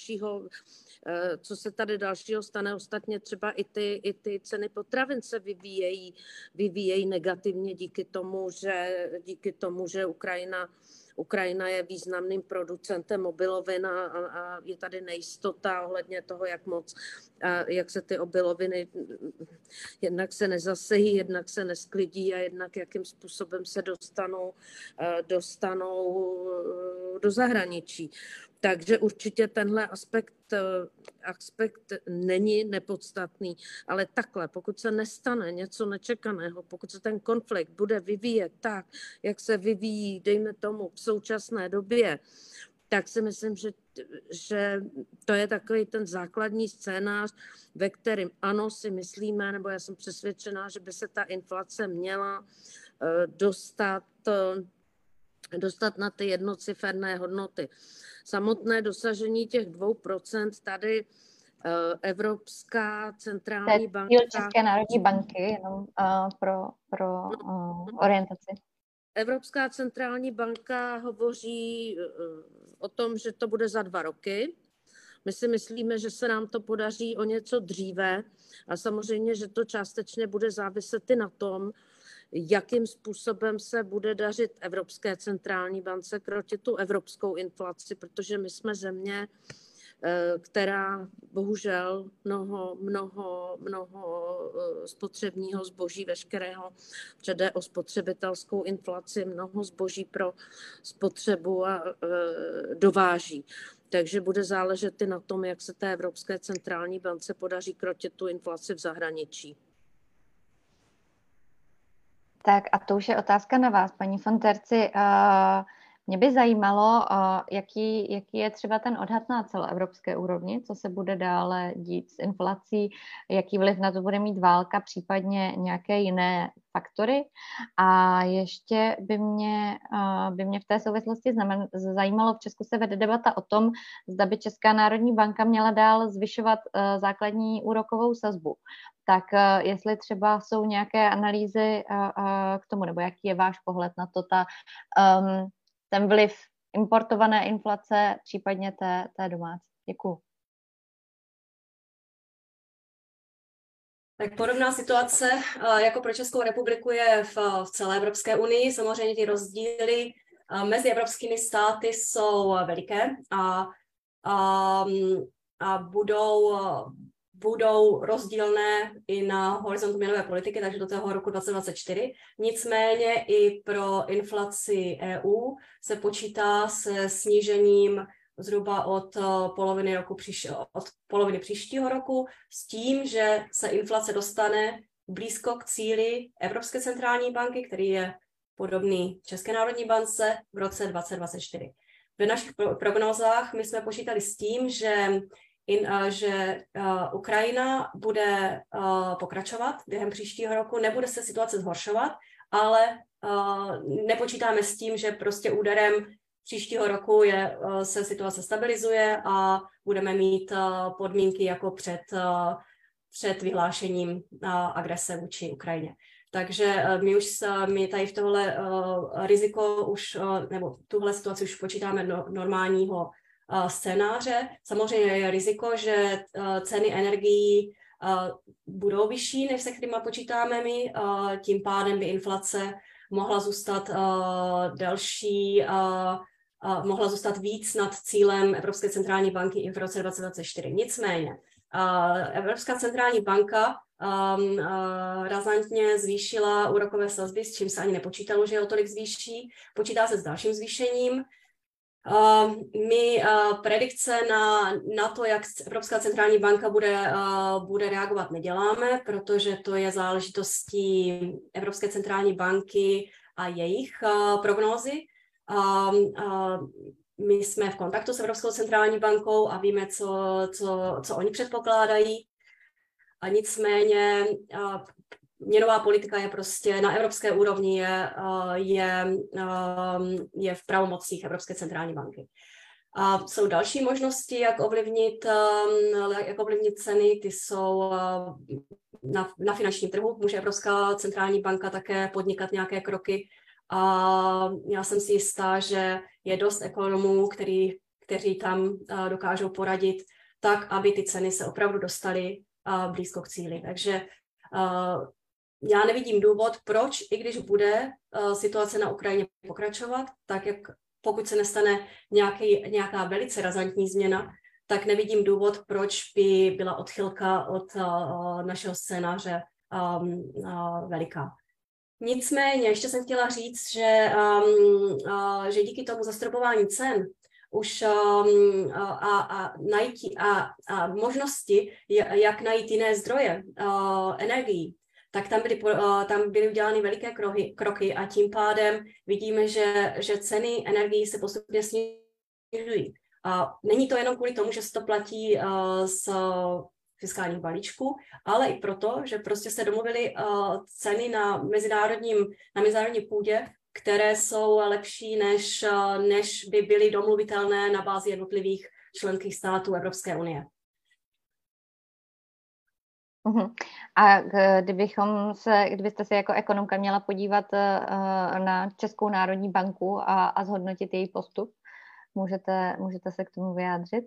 tady dalšího stane. Ostatně třeba i ty ceny potravin se vyvíjejí negativně díky tomu, že Ukrajina je významným producentem obilovin a je tady nejistota ohledně toho, jak se ty obiloviny jednak se nezasejí, jednak se nesklidí a jednak jakým způsobem se dostanou do zahraničí. Takže určitě tenhle aspekt není nepodstatný, ale takhle, pokud se nestane něco nečekaného, pokud se ten konflikt bude vyvíjet tak, jak se vyvíjí, dejme tomu, v současné době, tak si myslím, že to je takový ten základní scénář, ve kterém ano si myslíme, nebo já jsem přesvědčená, že by se ta inflace měla dostat na ty jednociferné hodnoty. Samotné dosažení těch 2% tady Evropská centrální banka... České národní banky, jenom pro orientaci. Evropská centrální banka hovoří o tom, že to bude za 2 roky. My si myslíme, že se nám to podaří o něco dříve a samozřejmě, že to částečně bude záviset i na tom, jakým způsobem se bude dařit Evropské centrální bance krotit tu evropskou inflaci, protože my jsme země, která bohužel mnoho spotřebního zboží veškerého, že jde o spotřebitelskou inflaci, mnoho zboží pro spotřebu a dováží. Takže bude záležet i na tom, jak se té Evropské centrální bance podaří krotit tu inflaci v zahraničí. Tak a to už je otázka na vás, paní von Terci. Mě by zajímalo, jaký je třeba ten odhad na celoevropské úrovni, co se bude dále dít s inflací, jaký vliv na to bude mít válka, případně nějaké jiné faktory. A ještě by mě v té souvislosti zajímalo, v Česku se vede debata o tom, zda by Česká národní banka měla dál zvyšovat základní úrokovou sazbu. Tak jestli třeba jsou nějaké analýzy k tomu, nebo jaký je váš pohled na to, ten vliv importované inflace, případně té domácí. Děkuju. Tak podobná situace jako pro Českou republiku je v celé Evropské unii. Samozřejmě ty rozdíly mezi evropskými státy jsou veliké a budou rozdílné i na horizontu měnové politiky, takže do toho roku 2024. Nicméně i pro inflaci EU se počítá se snížením zhruba od poloviny příštího roku s tím, že se inflace dostane blízko k cíli Evropské centrální banky, který je podobný České národní bance v roce 2024. V našich prognózách my jsme počítali s tím, že Ukrajina bude pokračovat během příštího roku, nebude se situace zhoršovat, ale nepočítáme s tím, že prostě úderem příštího roku se situace stabilizuje a budeme mít podmínky jako před vyhlášením agrese vůči Ukrajině. Takže my tady v tohle riziko nebo tuhle situaci už počítáme normálního scénáře. Samozřejmě je riziko, že ceny energií budou vyšší, než se kterými počítáme my. Tím pádem by inflace mohla zůstat mohla zůstat víc nad cílem Evropské centrální banky i v roce 2024. Nicméně Evropská centrální banka razantně zvýšila úrokové sazby, s čím se ani nepočítalo, že ho tolik zvýší. Počítá se s dalším zvýšením. Predikce na to, jak Evropská centrální banka bude reagovat, neděláme, protože to je záležitostí Evropské centrální banky a jejich prognózy. My jsme v kontaktu s Evropskou centrální bankou a víme, co oni předpokládají. A nicméně měnová politika je prostě na evropské úrovni je v pravomocích Evropské centrální banky. A jsou další možnosti, jak ovlivnit ceny, ty jsou na finančním trhu. Může Evropská centrální banka také podnikat nějaké kroky. A já jsem si jistá, že je dost ekonomů, kteří tam dokážou poradit tak, aby ty ceny se opravdu dostaly blízko k cíli. Takže já nevidím důvod, proč, i když bude situace na Ukrajině pokračovat, tak jak pokud se nestane nějaká velice razantní změna, tak nevidím důvod, proč by byla odchylka od našeho scénáře veliká. Nicméně ještě jsem chtěla říct, že díky tomu zastropování cen už a možnosti, jak najít jiné zdroje energií, tak tam byly udělány veliké kroky a tím pádem vidíme, že ceny energií se postupně snižují. A není to jenom kvůli tomu, že se to platí z fiskálních balíčků, ale i proto, že prostě se domluvily ceny na mezinárodní půdě, které jsou lepší, než by byly domluvitelné na bázi jednotlivých členských států Evropské unie. A kdybyste se jako ekonomka měla podívat na Českou národní banku a zhodnotit její postup, můžete se k tomu vyjádřit?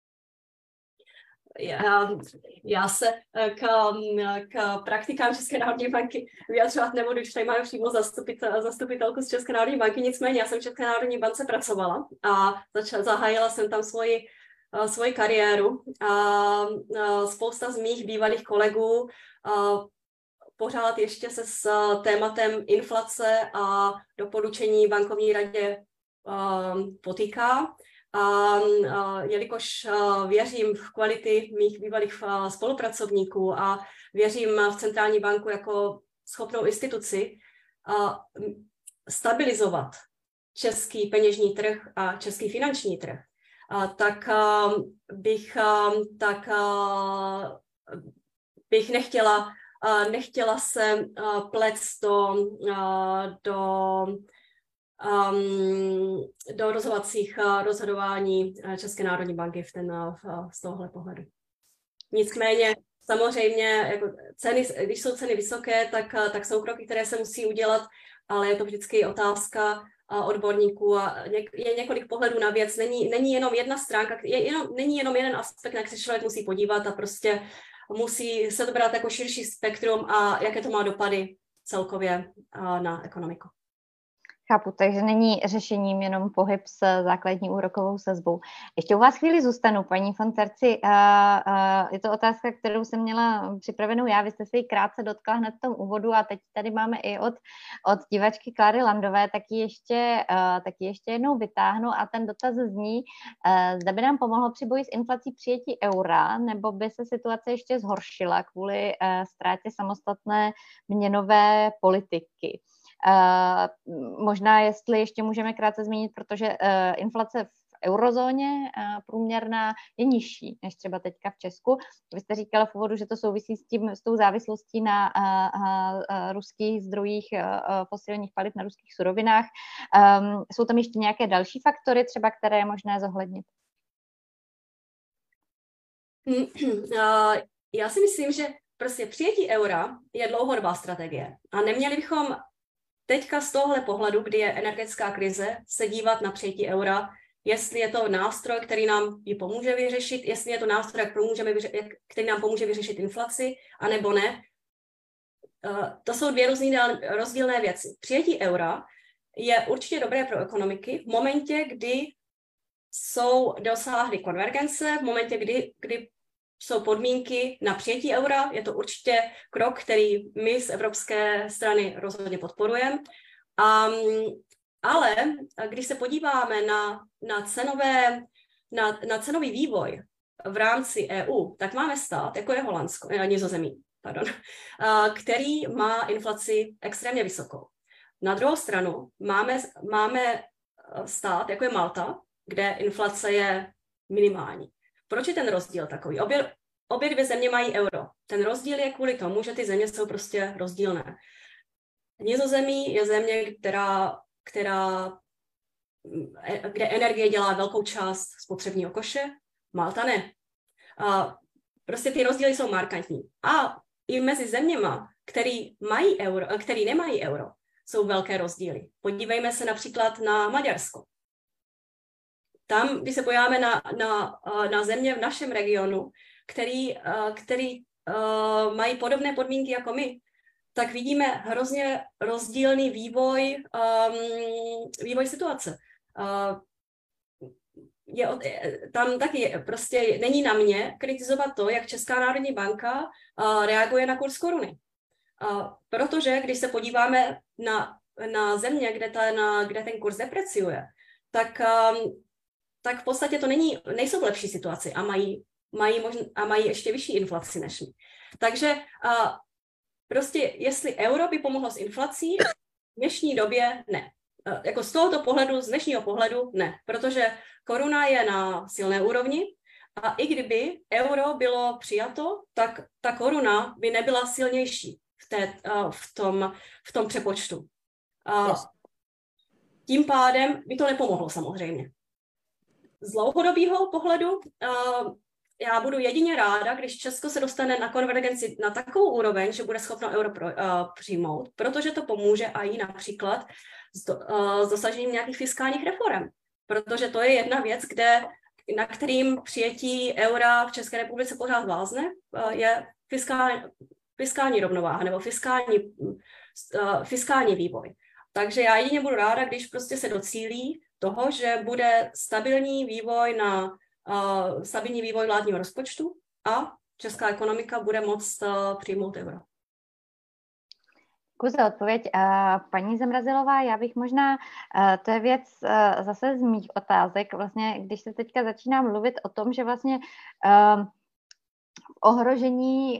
Já se k praktikám České národní banky vyjadřovat nebudu, když tady máme přímo zastupitelku z České národní banky, nicméně já jsem v České národní bance pracovala a zahájila jsem tam svoji kariéru a spousta z mých bývalých kolegů pořád ještě se s tématem inflace a doporučení bankovní radě potýká. A jelikož věřím v kvality mých bývalých spolupracovníků a věřím v centrální banku jako schopnou instituci stabilizovat český peněžní trh a český finanční trh, tak bych nechtěla se plést do rozhodování České národní banky z tohohle pohledu. Nicméně samozřejmě jako když jsou ceny vysoké, tak jsou kroky, které se musí udělat, ale je to vždycky otázka odborníků a je několik pohledů na věc. Není jenom jedna stránka, není jenom jeden aspekt, na který se člověk musí podívat a prostě musí se to brát jako širší spektrum a jaké to má dopady celkově na ekonomiku. Chápu, takže není řešením jenom pohyb s základní úrokovou sazbou. Ještě u vás chvíli zůstanu, paní von Terci. Je to otázka, kterou jsem měla připravenou já. Vy jste se ji krátce dotkla hned v tom úvodu a teď tady máme i od divačky Kláry Landové, tak ji ještě jednou vytáhnu a ten dotaz zní, zda by nám pomohlo při boji s inflací přijetí eura, nebo by se situace ještě zhoršila kvůli ztrátě samostatné měnové politiky. Možná, jestli ještě můžeme krátce zmínit, protože inflace v eurozóně průměrná je nižší než třeba teďka v Česku. Vy jste říkala v úvodu, že to souvisí s tou závislostí na ruských zdrojích fosilních paliv, na ruských surovinách. Jsou tam ještě nějaké další faktory, třeba které je možné zohlednit? Já si myslím, že prostě přijetí eura je dlouhodobá strategie a neměli bychom teďka z tohohle pohledu, kdy je energetická krize, se dívat na přijetí eura, jestli je to nástroj, který nám ji pomůže vyřešit, jestli je to nástroj, který nám pomůže vyřešit inflaci, anebo ne. To jsou dvě rozdílné věci. Přijetí eura je určitě dobré pro ekonomiky v momentě, kdy jsou dosáhly konvergence, v momentě, kdy jsou podmínky na přijetí eura. Je to určitě krok, který my z evropské strany rozhodně podporujeme. A Ale když se podíváme na cenový vývoj v rámci EU, tak máme stát, jako je Holandsko, Nizozemí, který má inflaci extrémně vysokou. Na druhou stranu máme stát, jako je Malta, kde inflace je minimální. Proč je ten rozdíl takový? Obě dvě země mají euro. Ten rozdíl je kvůli tomu, že ty země jsou prostě rozdílné. Nizozemí je země, kde energie dělá velkou část spotřebního koše, Malta ne. Prostě ty rozdíly jsou markantní. A i mezi zeměma, který nemají euro, jsou velké rozdíly. Podívejme se například na Maďarsko. Tam, když se podíváme na země v našem regionu, který mají podobné podmínky jako my, tak vidíme hrozně rozdílný vývoj situace. Tam taky prostě není na mě kritizovat to, jak Česká národní banka reaguje na kurz koruny. Protože když se podíváme na země, kde ten kurz depreciuje, tak v podstatě to nejsou v lepší situaci a mají ještě vyšší inflaci než my. Takže prostě jestli euro by pomohlo s inflací, v dnešní době ne. Jako z dnešního pohledu ne, protože koruna je na silné úrovni a i kdyby euro bylo přijato, tak ta koruna by nebyla silnější v tom přepočtu. Tím pádem by to nepomohlo samozřejmě. Z dlouhodobého pohledu já budu jedině ráda, když Česko se dostane na konvergenci na takovou úroveň, že bude schopno euro přijmout, protože to pomůže i například s dosažením nějakých fiskálních reform. Protože to je jedna věc, na kterým přijetí eura v České republice pořád vázne, je fiskální rovnováha nebo fiskální vývoj. Takže já jedině budu ráda, když prostě se docílí toho, že bude stabilní vývoj vládního rozpočtu a česká ekonomika bude moct přijmout euro. Děkuji za odpověď. Paní Zamrazilová, já bych možná, to je věc zase z mých otázek, vlastně, když se teďka začíná mluvit o tom, že vlastně ohrožení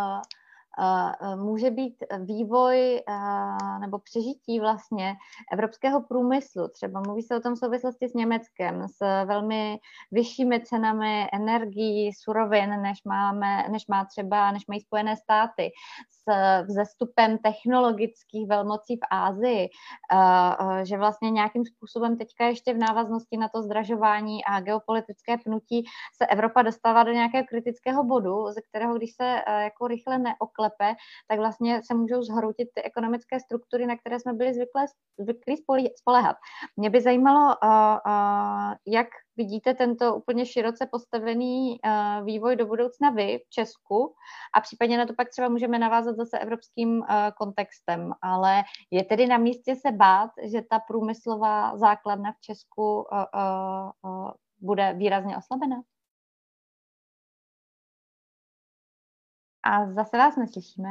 může být vývoj nebo přežití vlastně evropského průmyslu. Třeba mluví se o tom v souvislosti s Německem, s velmi vyššími cenami energií, surovin, než mají Spojené státy, s vzestupem technologických velmocí v Asii, že vlastně nějakým způsobem teďka ještě v návaznosti na to zdražování a geopolitické pnutí se Evropa dostává do nějakého kritického bodu, ze kterého, když se jako rychle neoklepe, tak vlastně se můžou zhroutit ty ekonomické struktury, na které jsme byli zvyklí spoléhat. Mě by zajímalo, jak vidíte tento úplně široce postavený vývoj do budoucna vy v Česku a případně na to pak třeba můžeme navázat zase evropským kontextem, ale je tedy na místě se bát, že ta průmyslová základna v Česku bude výrazně oslabena? A zase vás neslyšíme.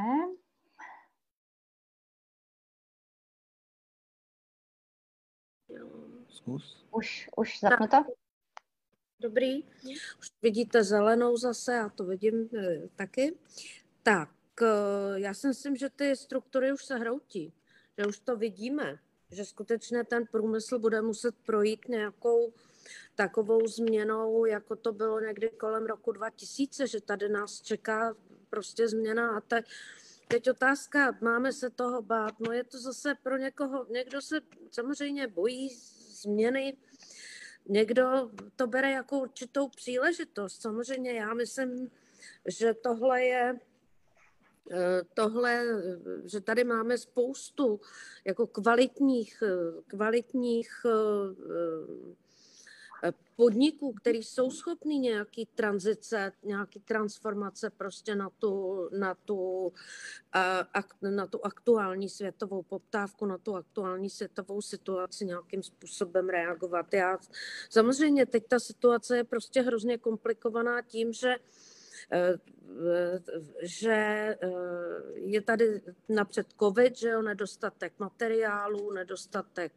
Zkus. Už zapnuto? Dobrý. Už vidíte zelenou zase, já to vidím taky. Tak, já si myslím, že ty struktury už se hroutí, že už to vidíme, že skutečně ten průmysl bude muset projít nějakou takovou změnou, jako to bylo někdy kolem roku 2000, že tady nás čeká prostě změna a teď otázka, máme se toho bát, no je to zase pro někoho, někdo se samozřejmě bojí změny, někdo to bere jako určitou příležitost. Samozřejmě já myslím, že že tady máme spoustu jako kvalitních podniků, který jsou schopný nějaký tranzice, nějaký transformace prostě na tu aktuální světovou poptávku, na tu aktuální světovou situaci nějakým způsobem reagovat. Samozřejmě teď ta situace je prostě hrozně komplikovaná tím, že je tady napřed covid, že jo, nedostatek materiálů, nedostatek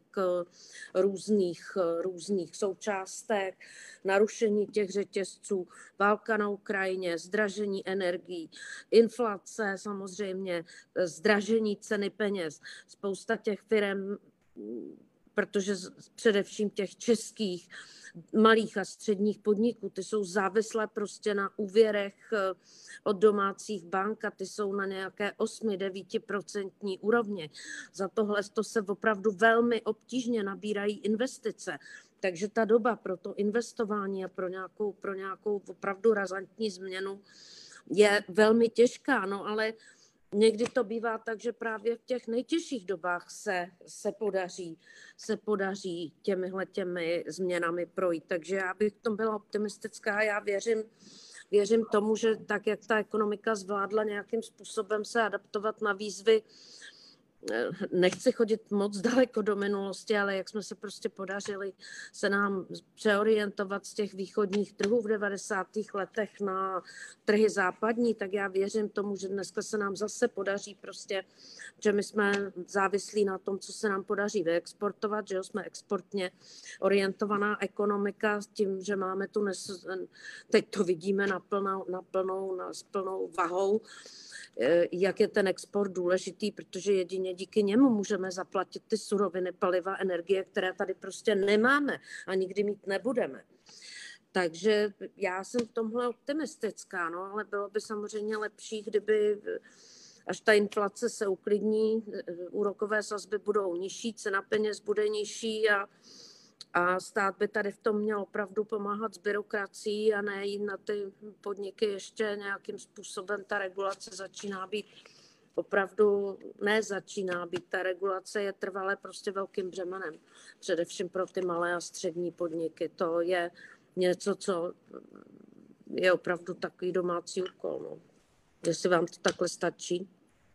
různých součástek, narušení těch řetězců, válka na Ukrajině, zdražení energií, inflace samozřejmě, zdražení ceny peněz. Spousta těch firem, protože především těch českých malých a středních podniků, ty jsou závislé prostě na úvěrech od domácích bank a ty jsou na nějaké 8-9% úrovni. Za tohle to se opravdu velmi obtížně nabírají investice. Takže ta doba pro to investování a pro nějakou opravdu razantní změnu je velmi těžká, no ale někdy to bývá tak, že právě v těch nejtěžších dobách se podaří těmi změnami projít. Takže já bych v tom byla optimistická. Já věřím tomu, že tak, jak ta ekonomika zvládla nějakým způsobem se adaptovat na výzvy, nechci chodit moc daleko do minulosti, ale jak jsme se prostě podařili se nám přeorientovat z těch východních trhů v 90. letech na trhy západní, tak já věřím tomu, že dneska se nám zase podaří prostě, že my jsme závislí na tom, co se nám podaří vyexportovat, že jsme exportně orientovaná ekonomika s tím, že máme tu teď to vidíme s plnou vahou, jak je ten export důležitý, protože jedině díky němu můžeme zaplatit ty suroviny, paliva, energie, které tady prostě nemáme a nikdy mít nebudeme. Takže já jsem v tomhle optimistická, no, ale bylo by samozřejmě lepší, kdyby až ta inflace se uklidní, úrokové sazby budou nižší, cena peněz bude nižší a stát by tady v tom měl opravdu pomáhat s byrokracií a ne jít na ty podniky ještě nějakým způsobem. Ta regulace začíná být opravdu, ta regulace je trvale prostě velkým břemenem. Především pro ty malé a střední podniky. To je něco, co je opravdu takový domácí úkol. No. Jestli vám to takhle stačí.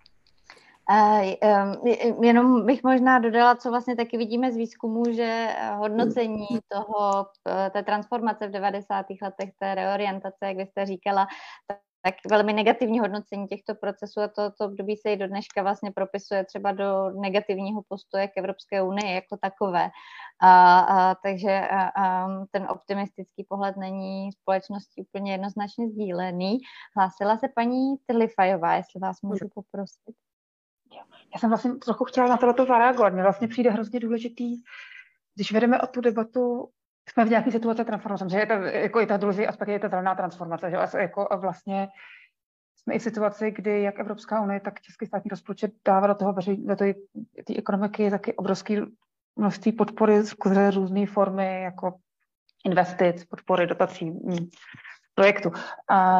Jenom bych možná dodala, co vlastně taky vidíme z výzkumu, že hodnocení té transformace v 90. letech, té reorientace, jak vy jste říkala, tak velmi negativní hodnocení těchto procesů a to období se i do dneška vlastně propisuje třeba do negativního postoje k Evropské unii jako takové. Takže ten optimistický pohled není společností úplně jednoznačně sdílený. Hlásila se paní Trlifajová, jestli vás můžu poprosit. Já jsem vlastně trochu chtěla na tohleto zareagovat. Mně vlastně přijde hrozně důležitý, když vedeme o tu debatu, jsme v nějaké situaci transformace, že je to, jako i ta důležitý aspekt je ta zelená transformace, že jako vlastně jsme i v situaci, kdy jak Evropská unie, tak český státní rozpočet dává do té ekonomiky taky obrovské množství podpory skrze různé formy, jako investic, podpory, dotací, projektu. A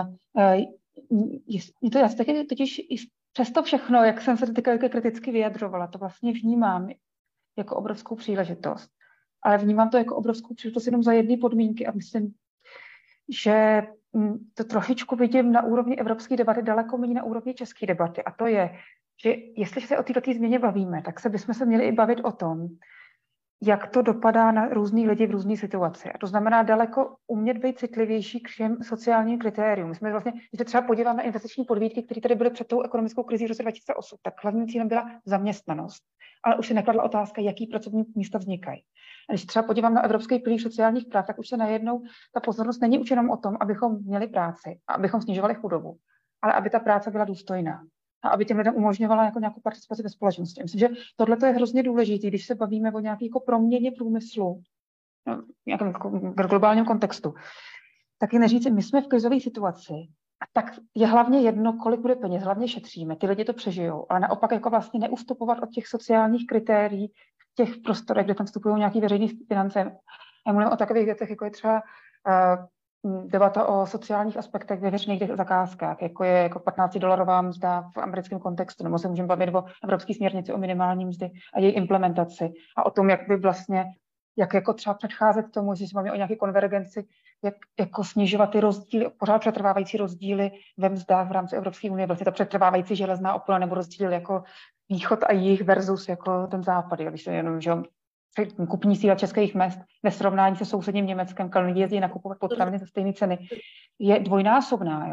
já taky totiž i přesto všechno, jak jsem se teďka kriticky vyjadřovala, to vlastně vnímám jako obrovskou příležitost. Ale vnímám to jako obrovskou příležitost jenom za jedné podmínky a myslím, že to trošičku vidím na úrovni evropské debaty, daleko méně na úrovni české debaty. A to je, že jestli se o této změně bavíme, tak bychom se měli i bavit o tom, jak to dopadá na různý lidi v různé situaci. A to znamená daleko umět být citlivější k všem sociálním kritériům. My jsme vlastně, když se třeba podíváme na investiční podvídky, které tady byly před tou ekonomickou krizí v roce 2008, tak hlavním cílem byla zaměstnanost. Ale už se nekladla otázka, jaký pracovní místa vznikají. A když třeba podívám na Evropský pilíř sociálních práv, tak už se najednou ta pozornost není už jenom o tom, abychom měli práci a abychom snižovali chudobu, ale aby ta práce byla důstojná. A aby těm lidem umožňovala jako nějakou participaci ve společnosti. Myslím, že tohle je hrozně důležité, když se bavíme o nějaké jako proměně průmyslu, v nějakém globálním kontextu, tak je neříct, my jsme v krizové situaci a tak je hlavně jedno, kolik bude peněz, hlavně šetříme, ty lidi to přežijou, ale naopak jako vlastně neustupovat od těch sociálních kritérií v těch prostorech, kde tam vstupují nějaké veřejné finance. Já mluvím o takových věcech, jako je třeba debata o sociálních aspektech ve veřejných zakázkách, jako je jako $15 mzda v americkém kontextu, nebo se můžeme bavit o evropské směrnici o minimální mzdy a její implementaci a o tom, jak by vlastně, jak jako třeba předcházet tomu, že se máme o nějaké konvergenci, jak jako snižovat ty rozdíly, pořád přetrvávající rozdíly ve mzdách v rámci Evropské unie, vlastně ta přetrvávající železná opona nebo rozdíl jako východ a jih versus jako ten západ, když se jenom, že kupní síla českých mezd ve srovnání se sousedním Německem, kam lidi jezdí nakupovat potraviny za stejné ceny, je dvojnásobná. Jo.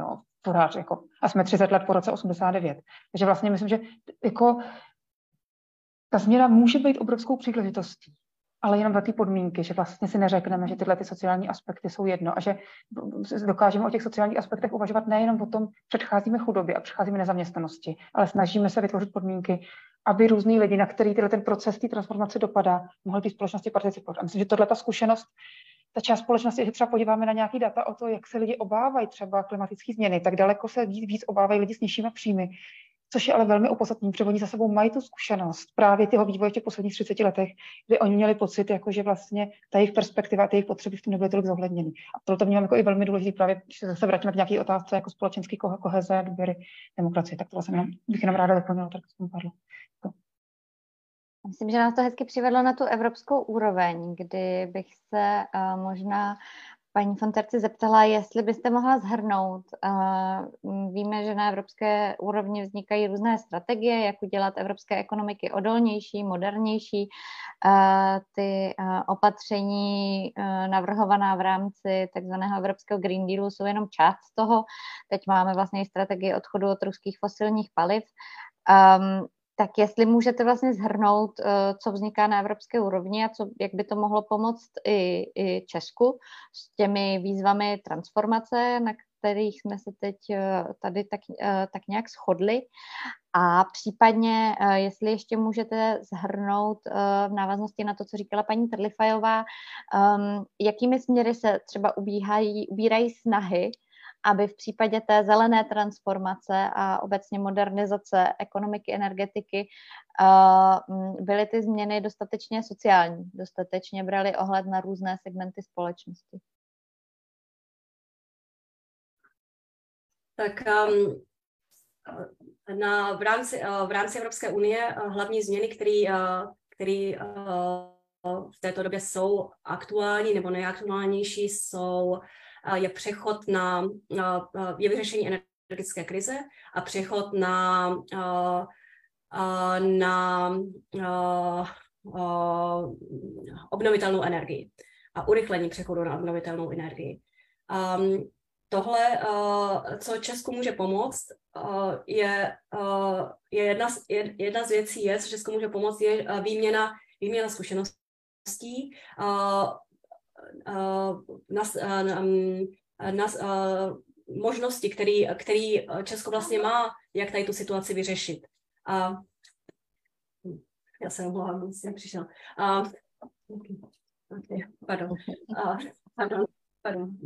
pořád, jako, a jsme 30 let po roce 89. Takže vlastně myslím, že jako ta změna může být obrovskou příležitostí, ale jenom za ty podmínky, že vlastně si neřekneme, že tyhle ty sociální aspekty jsou jedno a že dokážeme o těch sociálních aspektech uvažovat nejenom o tom, předcházíme chudobě a předcházíme nezaměstnanosti, ale snažíme se vytvořit podmínky, aby různý lidi, na který ten proces té transformace dopadá, mohli té společnosti participovat. A myslím, že tohle ta zkušenost, ta část společnosti, že třeba podíváme na nějaký data o to, jak se lidi obávají třeba klimatické změny, tak daleko se víc obávají lidi s nižšími příjmy, což je ale velmi opodstatné, protože oni za sebou mají tu zkušenost právě toho vývoje v těch posledních 30 letech, kdy oni měli pocit, jako že vlastně ta jejich perspektiva, ty jejich potřeby v tom nebyly tolik zohledněny. A proto vnímám jako i velmi důležitý právě, když se zase vrátíme k nějaké otázce jako společenský koheze, důvěry, demokracie, tak to vlastně bych jenom ráda doplnila, tak jsem padlo. Myslím, že nás to hezky přivedlo na tu evropskou úroveň, kdy bych se možná paní von Terci zeptala, jestli byste mohla shrnout. Víme, že na evropské úrovni vznikají různé strategie, jak udělat evropské ekonomiky odolnější, modernější. Ty opatření navrhovaná v rámci takzvaného evropského Green Dealu jsou jenom část z toho. Teď máme vlastně i strategii odchodu od ruských fosilních paliv. Tak jestli můžete vlastně shrnout, co vzniká na evropské úrovni a jak by to mohlo pomoct i Česku s těmi výzvami transformace, na kterých jsme se teď tady tak nějak shodli. A případně, jestli ještě můžete shrnout v návaznosti na to, co říkala paní Trlifajová, jakými směry se třeba ubírají snahy, aby v případě té zelené transformace a obecně modernizace ekonomiky, energetiky byly ty změny dostatečně sociální, dostatečně brali ohled na různé segmenty společnosti. Tak v rámci Evropské unie hlavní změny, které v této době jsou aktuální nebo nejaktuálnější, je přechod je vyřešení energetické krize a přechod na obnovitelnou energii a urychlení přechodu na obnovitelnou energii. Tohle, co Česku může pomoct, je jedna z věcí, co Česku může pomoct, je výměna zkušeností, možnosti, který Česko vlastně má, jak tady tu situaci vyřešit. Já se omlouvám, jsem přišel. Pardon.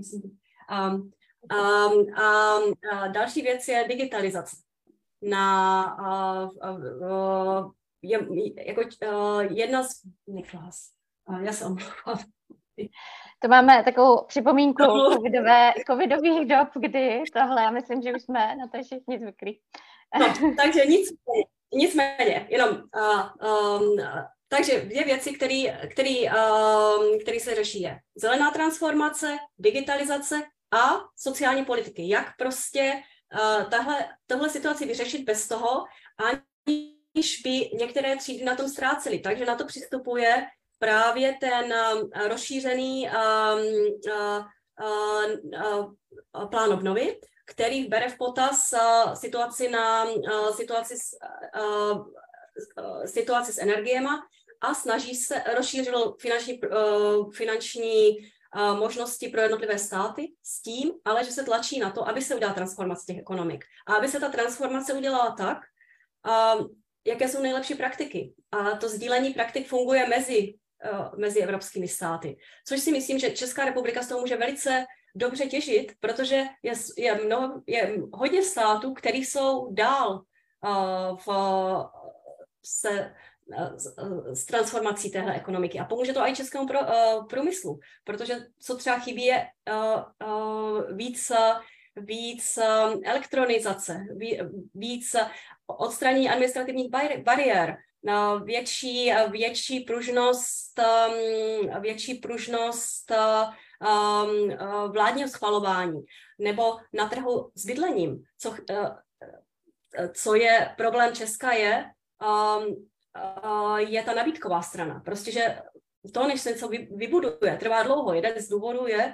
Další věc je digitalizace. Jedna z... Já se omlouvám. To máme takovou připomínku covidových dob, kdy tohle, já myslím, že už jsme na to všichni zvyklí. No, takže nicméně, jenom, takže dvě věci, které se řeší je zelená transformace, digitalizace a sociální politiky. Jak prostě tohle situaci vyřešit bez toho, aniž by některé třídy na tom ztrácely. Takže na to přistupuje právě ten rozšířený plán obnovy, který bere v potaz situaci s energiema a snaží se rozšířil finanční možnosti pro jednotlivé státy s tím, ale že se tlačí na to, aby se udělala transformace těch ekonomik. A aby se ta transformace udělala tak, jaké jsou nejlepší praktiky. A to sdílení praktik funguje mezi evropskými státy. Což si myslím, že Česká republika z toho může velice dobře těžit, protože je hodně států, které jsou dál s transformací téhle ekonomiky. A pomůže to i českému průmyslu, protože co třeba chybí je víc elektronizace, víc odstranění administrativních bariér, větší pružnost vládního schvalování nebo na trhu s bydlením. Co je problém Česka je ta nabídková strana. Prostě, že to, než se něco vybuduje, trvá dlouho. Jeden z důvodů je,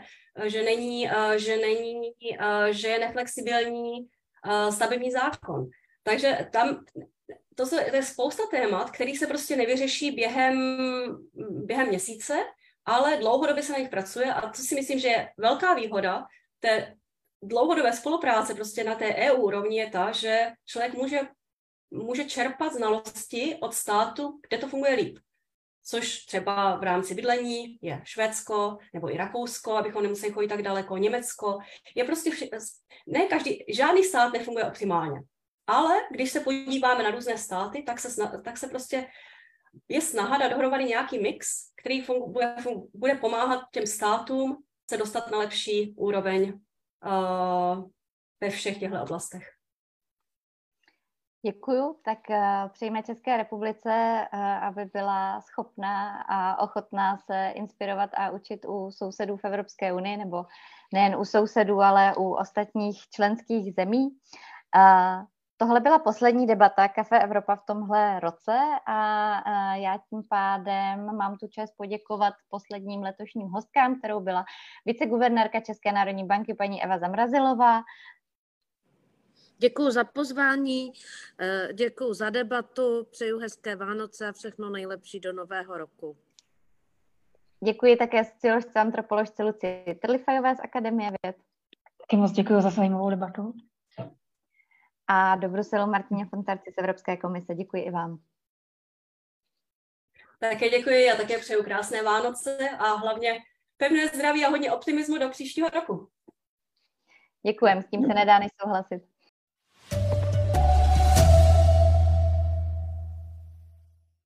že je neflexibilní stavební zákon. Takže tam to je spousta témat, který se prostě nevyřeší během měsíce, ale dlouhodobě se na nich pracuje a to si myslím, že je velká výhoda té dlouhodobé spolupráce prostě na té EU úrovni je ta, že člověk může čerpat znalosti od státu, kde to funguje líp. Což třeba v rámci bydlení je Švédsko nebo i Rakousko, abychom nemuseli chodit tak daleko, Německo. Je prostě žádný stát nefunguje optimálně. Ale když se podíváme na různé státy, tak se prostě je snaha dát dohromady nějaký mix, který bude pomáhat těm státům se dostat na lepší úroveň ve všech těchto oblastech. Děkuju. Tak přejme České republice, aby byla schopná a ochotná se inspirovat a učit u sousedů v Evropské unii, nebo nejen u sousedů, ale u ostatních členských zemí. Tohle byla poslední debata Café Evropa v tomhle roce a já tím pádem mám tu čest poděkovat posledním letošním hostkám, kterou byla viceguvernérka České národní banky paní Eva Zamrazilová. Děkuji za pozvání, děkuji za debatu, přeju hezké Vánoce a všechno nejlepší do nového roku. Děkuji také socioložce antropoložce Lucii Trlifajové z Akademie věd. Taky moc děkuji za zajímavou debatu. A do Bruselu Martině Fontarci z Evropské komise. Děkuji i vám. Také děkuji a také přeju krásné Vánoce a hlavně pevné zdraví a hodně optimismu do příštího roku. Děkujem, s tím se nedá než souhlasit.